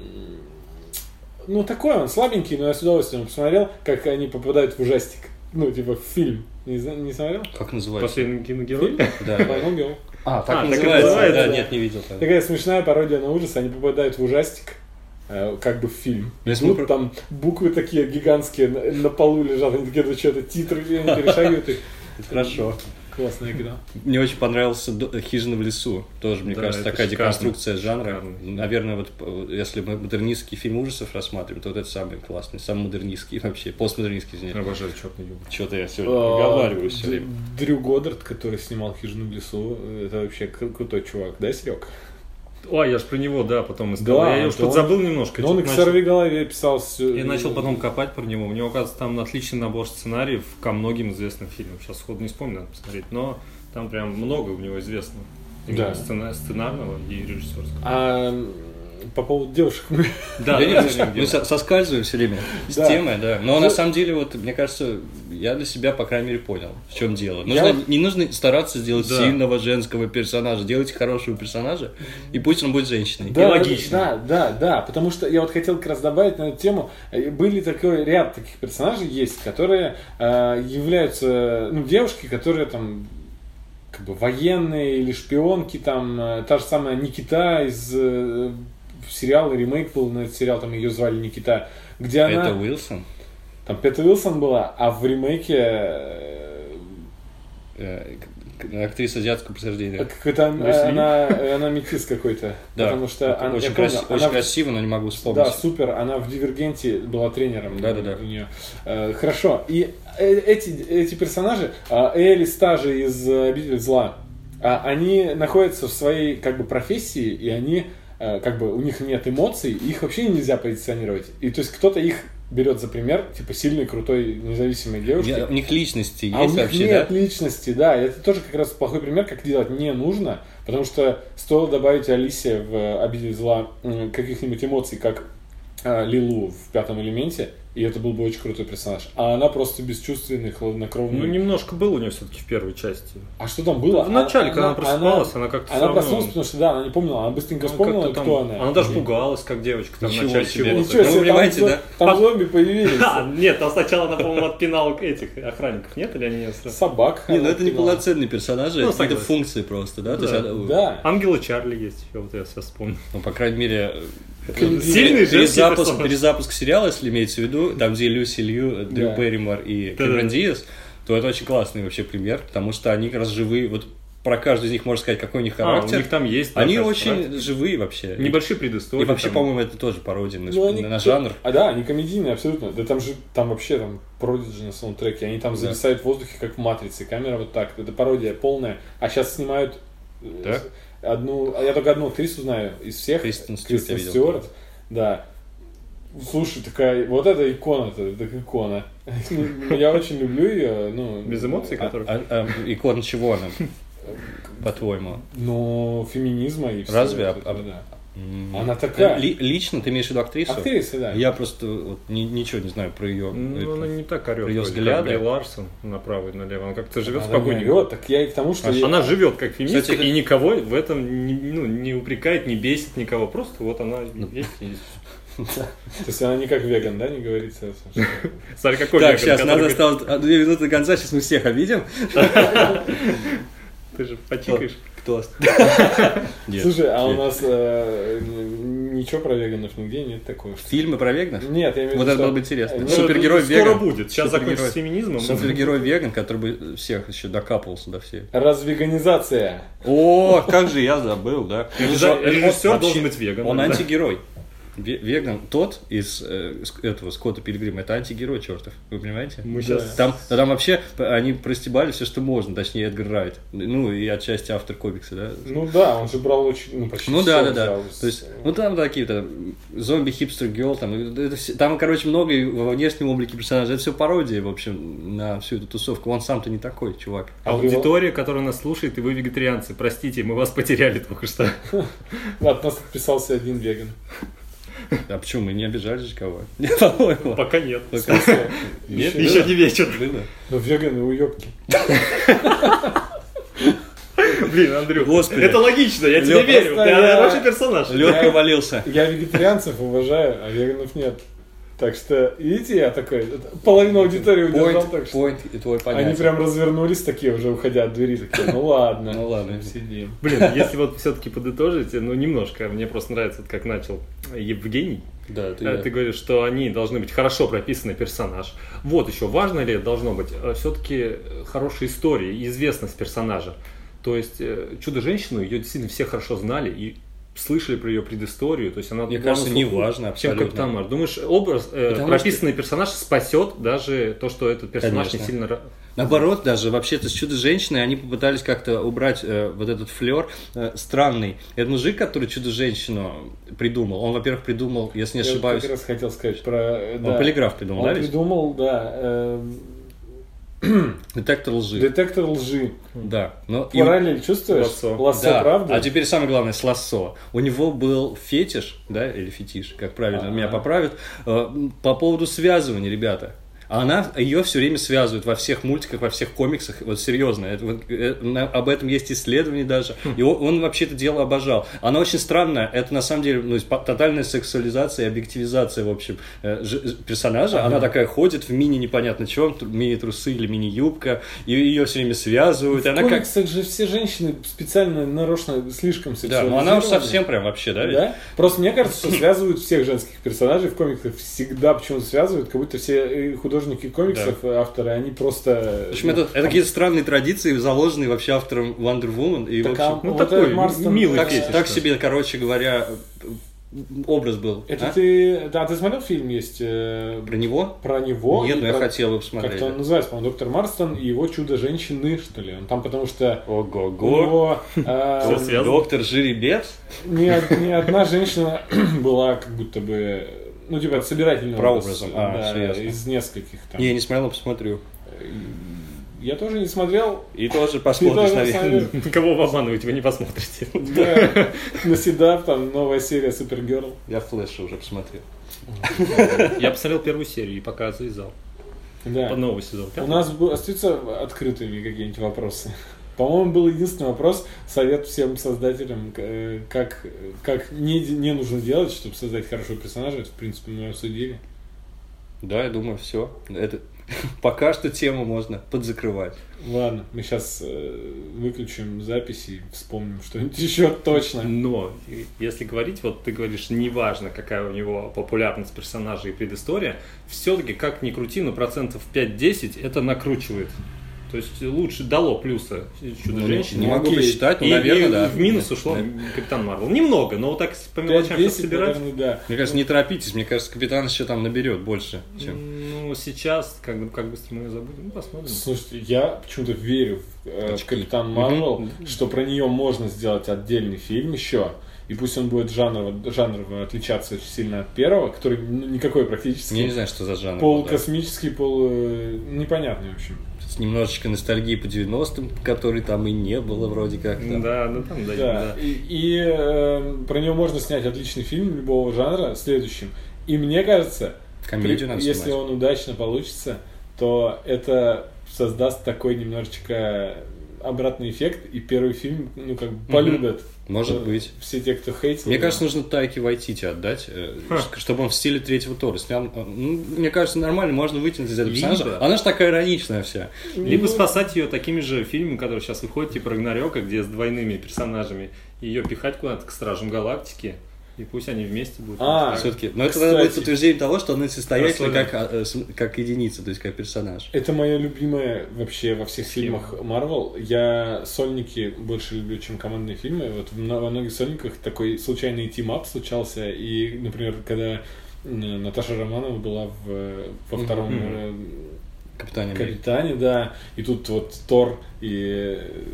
Ну, такой он, слабенький, но я с удовольствием посмотрел, как они попадают в ужастик. Ну, типа, в фильм. Не смотрел? Как называется? Последний киногерой? Да. Final Girl. Так так и называется? называется? Да, нет, не видел. Такая смешная пародия на ужас. Они попадают в ужастик, как бы в фильм. Если Там буквы такие гигантские на полу лежат, они такие, что-то титры, они перешагивают их. Это хорошо. Классная игра. Мне очень понравился «Хижина в лесу». Тоже, мне Да, кажется, это такая шикарно. деконструкция жанра. Шикарно. Наверное, вот если мы модернистский фильм ужасов рассматриваем, то вот это самый классный, самый модернистский вообще, постмодернистский, извините. Обожаю черный юмор. Что-то я сегодня проговариваю все время. Дрю Годдард, который снимал «Хижину в лесу», это вообще крутой чувак, да, Серег? Ой, я ж про него, да, потом искал. Да, я уже что-то забыл немножко. Но он и к «Сорвиголове» писал. Я начал потом копать про него. У него, оказывается, там отличный набор сценариев ко многим известным фильмам. Сейчас сходу не вспомню, надо посмотреть. Но там прям много у него известного. Да. Сценарного и режиссерского. По поводу девушек Да, мы соскальзываем все время с темы, да. Но на самом деле, вот, мне кажется, я для себя, по крайней мере, понял, в чем дело. Не нужно стараться сделать сильного женского персонажа. Делайте хорошего персонажа, и пусть он будет женщиной. Да, и логично. Да, потому что я вот хотел как раз добавить на эту тему. Были такой ряд таких персонажей есть, которые являются, девушки, которые там как бы военные или шпионки, там та же самая Никита из сериала, ремейк был на этот сериал, там ее звали Никита, где она... Это Уилсон? Там Петта Уилсон была, а в ремейке... Актриса азиатского происхождения. Какой-то она метис какой-то. Да, потому что она, очень красиво, но не могу вспомнить. Да, супер, она в «Дивергенте» была тренером. Да. У нее. Хорошо, и эти персонажи, Элли Стажи из «Обитель зла», они находятся в своей как бы профессии, и они как бы у них нет эмоций, их вообще нельзя позиционировать. И то есть кто-то их берет за пример, типа сильной, крутой, независимой девушки. У них личности есть вообще, вообще, у них нет личности, да. И это тоже как раз плохой пример, как делать не нужно, потому что стоило добавить Алисе в «Обитель зла» каких-нибудь эмоций, как Лилу в «Пятом элементе», и это был бы очень крутой персонаж. А она просто бесчувственный, хладнокровный. Немножко было у нее все-таки в первой части. А что там было? В начале, когда она просыпалась, она как-то... Она проснулась, потому что, да, она не помнила, она быстренько вспомнила, кто она. Она даже пугалась, как девочка, там, в начале Ничего чего-то. себе, понимаете, да? Там зомби появились. Нет, там сначала она, по-моему, отпинала этих охранников, нет? Или они ее... Собак. Это не полноценные персонажи, это какие-то функции просто, да? Да. Ангелы Чарли есть, вот я сейчас вспомнил. Ну, по крайней мере... Сильный перезапуск сериала, если имеется в виду, там, где Люси Лью, Дрю Берримор и Кэмерон Диас, то это очень классный вообще пример, потому что они как раз живые, вот про каждый из них можно сказать, какой у них характер. У них там есть. Они очень живые вообще. Небольшие предыстории. И вообще, по-моему, это тоже пародия на жанр. Да, они комедийные абсолютно. Да там вообще там Продиджи на саундтреке, они там зависают в воздухе, как в «Матрице». Камера вот так. Это пародия полная. А сейчас снимают... Да? Я только одну актрису знаю из всех. Кристен Стюарт. Да. Слушай, такая, вот эта икона-то, это икона. Я очень люблю ее. Без эмоций, которые... Икона чего она, по-твоему? Ну, феминизма и все. Разве? Да. Она такая. Лично ты имеешь в виду актрису? Актриса, да. Я просто ничего не знаю про ее. Она не так орет. Про ее взгляды. Как Бри Ларсон направо и налево. Она как-то живет она спокойненько. орет, так я и к тому, что... Она живет как феминистка, Кстати, и никого в этом не упрекает, не бесит никого. Просто вот она есть. То есть она не как веган, да, не говорится? Смотри, какой Так, веган, сейчас, нас осталось 2 минуты до конца, сейчас мы всех обидим. Ты же потикаешь. Кто? Слушай, а у нас ничего про веганов нигде нет такого? Фильмы про веганов? Нет, я имею в виду, вот это было бы интересно. Ну, Супергерой веган. Скоро будет. Сейчас закончится с феминизмом. Супергерой веган, который бы всех еще докапывался до всех. Развеганизация. О, как же я забыл, да. Режиссер должен быть веган. Он антигерой. Веган тот из этого Скотта Пилигрима, это антигерой чертов, вы понимаете? Мы сейчас... Там вообще они простебали все, что можно, точнее Эдгар Райт, ну и отчасти автор комикса, да? Ну да, он же брал очень, почти ну, все. Да. То есть, там такие-то зомби-хипстер-герл, там, короче, много во внешнем облике персонажей, это все пародия, в общем, на всю эту тусовку, он сам-то не такой, чувак. Аудитория, которая нас слушает, и вы вегетарианцы, простите, мы вас потеряли только что. От нас отписался один веган. А почему? Мы не обижали же кого? По-моему. Пока нет. Нет, еще не вечер. Но веганы уёбки. Блин, Андрюх, Господи. это логично, я тебе верю. Ты хороший персонаж. Лёгко валился. Я вегетарианцев уважаю, а веганов нет. Так что, видите, я такой, половину аудитории удержал, так что... Point и твой понятие. Они прям развернулись такие, уже уходя от двери, такие, ну ладно, сидим. Блин, если вот все-таки подытожить, немножко, мне просто нравится, как начал Евгений. Да, ты говоришь, что они должны быть хорошо прописанный персонаж. Вот еще, важно ли должно быть все-таки хорошая история и известность персонажа. То есть Чудо-женщину, ее действительно все хорошо знали и слышали про ее предысторию, то есть она... Мне кажется, не важно абсолютно. Чем Капитан Марвел. Думаешь, образ, прописанный персонаж спасет даже то, что этот персонаж не сильно... Наоборот, даже вообще-то с «Чудо-женщиной» они попытались как-то убрать вот этот флер странный. Это мужик, который «Чудо-женщину» придумал. Он, во-первых, придумал, если не ошибаюсь... Я как раз хотел сказать про... Он полиграф придумал, да? Он придумал, да... Детектор лжи. Детектор лжи. Да. Но параллель чувствуешь? Лассо, да. правда? А теперь самое главное, с лассо. У него был фетиш, да, или фетиш, как правильно, меня поправят, по поводу связывания, ребята. А ее все время связывают во всех мультиках, во всех комиксах. Вот серьезно, об этом есть исследования даже. И он вообще это дело обожал. Она очень странная. Это на самом деле тотальная сексуализация и объективизация, в общем, персонажа. Она такая ходит в мини непонятно чем, мини-трусы или мини-юбка, и ее все время связывают. В комиксах же все женщины специально нарочно слишком сексуализированы. Да, но она уж совсем прям вообще, да? Да? Просто мне кажется, что связывают всех женских персонажей в комиксах всегда почему-то связывают, как будто все художники комиксов, авторы, они просто... В общем, это какие-то странные традиции, заложенные вообще автором Wonder Woman. И, так, в общем, такой милый фетиш. Так себе, короче говоря, образ был. Это ты смотрел фильм есть? Про него? Про него? Нет, но я хотел его посмотреть. Как-то он называется, по-моему, «Доктор Марстон» и его «Чудо-женщины», что ли. Он там потому что... Ого-го! Доктор Жеребец? Ни одна женщина была как будто бы... Ну, типа, собирательного прообразом. Из нескольких там. Не смотрел, посмотрю. Я тоже не смотрел. И тоже посмотришь, наверное. Кого вы обманываете, вы не посмотрите. Да. Наседав, там новая серия Супергерл. Я Флэша уже посмотрел. Я посмотрел первую серию и пока завязал. Да. Под новый сезон. У нас остаются открытыми какие-нибудь вопросы. По-моему, был единственный вопрос, совет всем создателям, как не нужно делать, чтобы создать хорошего персонажа. Это, в принципе, мы обсудили. Да, я думаю, все. Это пока что тему можно подзакрывать. Ладно, мы сейчас выключим запись и вспомним что-нибудь еще точно. Но, если говорить, вот ты говоришь, неважно, какая у него популярность персонажа и предыстория, все-таки, как ни крути, но 5-10% это накручивает. То есть лучше дало плюса «Чудо-женщине». Не могу посчитать, но, наверное, да. В минус ушло «Капитан Марвел». Немного, но вот так по мелочам сейчас собирать. Наверное, да. Мне кажется, не торопитесь. Мне кажется, Капитан еще там наберет больше, чем... Ну, сейчас, как быстро мы ее забудем, ну, посмотрим. Слушайте, я почему-то верю в «Капитан Марвел», что про нее можно сделать отдельный фильм еще. И пусть он будет жанрово отличаться очень сильно от первого, который никакой практически... Я не знаю, что за жанр. Полукосмический, непонятный, в общем. С немножечко ностальгии по 90-м, которой там и не было вроде как. Там. Да, там, да. И про него можно снять отличный фильм любого жанра следующим. И мне кажется, если он удачно получится, то это создаст такой немножечко обратный эффект, и первый фильм, полюбят. Может быть. Все те, кто хейтил. Мне кажется, нужно Тайке Вайтити отдать, чтобы он в стиле третьего Тора снял. Мне кажется, нормально, можно вытянуть из этого персонажа. Она же такая ироничная вся. Либо спасать ее такими же фильмами, которые сейчас выходят, типа «Рагнарёка», где с двойными персонажами, ее пихать куда-то к Стражам Галактики. И пусть они вместе будут. Все-таки. Но это будет подтверждение того, что она состоятельна как единица, то есть как персонаж. Это мое любимое вообще во всех фильмах Marvel. Я сольники больше люблю, чем командные фильмы. Вот во многих сольниках такой случайный тимап случался. И, например, когда Наташа Романова была во втором Капитане, да. И тут вот Тор и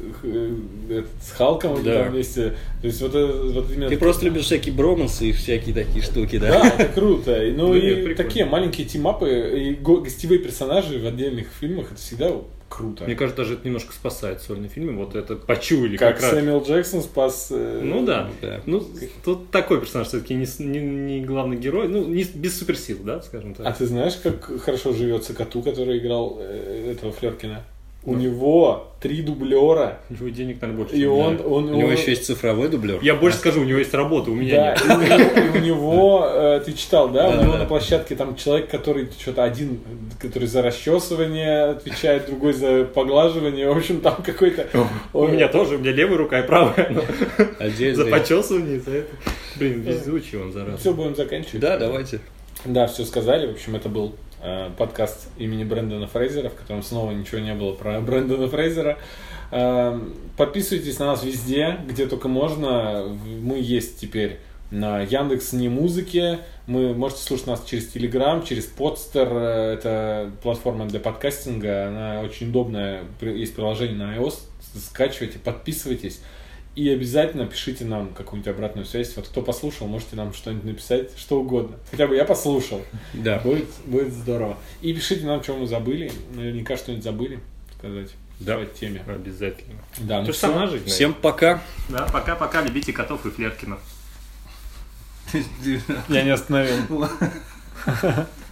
с Халком там вместе. То есть вот именно... Ты просто любишь всякие бромансы и всякие такие штуки, да? Да, это круто. Ну и такие маленькие тимапы и гостевые персонажи в отдельных фильмах, это всегда круто. Мне кажется, даже это немножко спасает сольные фильмы. Вот это почуяли как раз. Сэмюэл Джексон спас... Ну да. Ну, тут такой персонаж все-таки не главный герой. Ну, не без суперсил, да, скажем так. А ты знаешь, как хорошо живется коту, который играл этого Флёркина? У него 3 дублера. У него денег, наверное, больше. И у него еще есть цифровой дублер. Я больше скажу, у него есть работа, у меня нет. И у него, ты читал, да? У него на площадке там человек, который что-то один, который за расчесывание отвечает, другой за поглаживание. В общем, там какой-то... У меня тоже, у меня левая рука и правая. За почесывание, за это. Блин, везучий он, зараза. Все, будем заканчивать. Да, давайте. Да, все сказали. В общем, это был подкаст имени Брэндона Фрейзера, в котором снова ничего не было про Брэндона Фрейзера. Подписывайтесь на нас везде, где только можно. Мы есть теперь на Яндекс.Немузыке, Можете слушать нас через Telegram, через Podster. Это платформа для подкастинга. Она очень удобная. Есть приложение на iOS. Скачивайте, подписывайтесь. И обязательно пишите нам какую-нибудь обратную связь. Вот кто послушал, можете нам что-нибудь написать, что угодно. Хотя бы я послушал. Да. Будет здорово. И пишите нам, что мы забыли. Наверняка что-нибудь забыли сказать. Да, в теме. Обязательно. Да, ну персонажей. Всем пока. Да, пока-пока. Любите котов и Флеркинов. Я не остановил.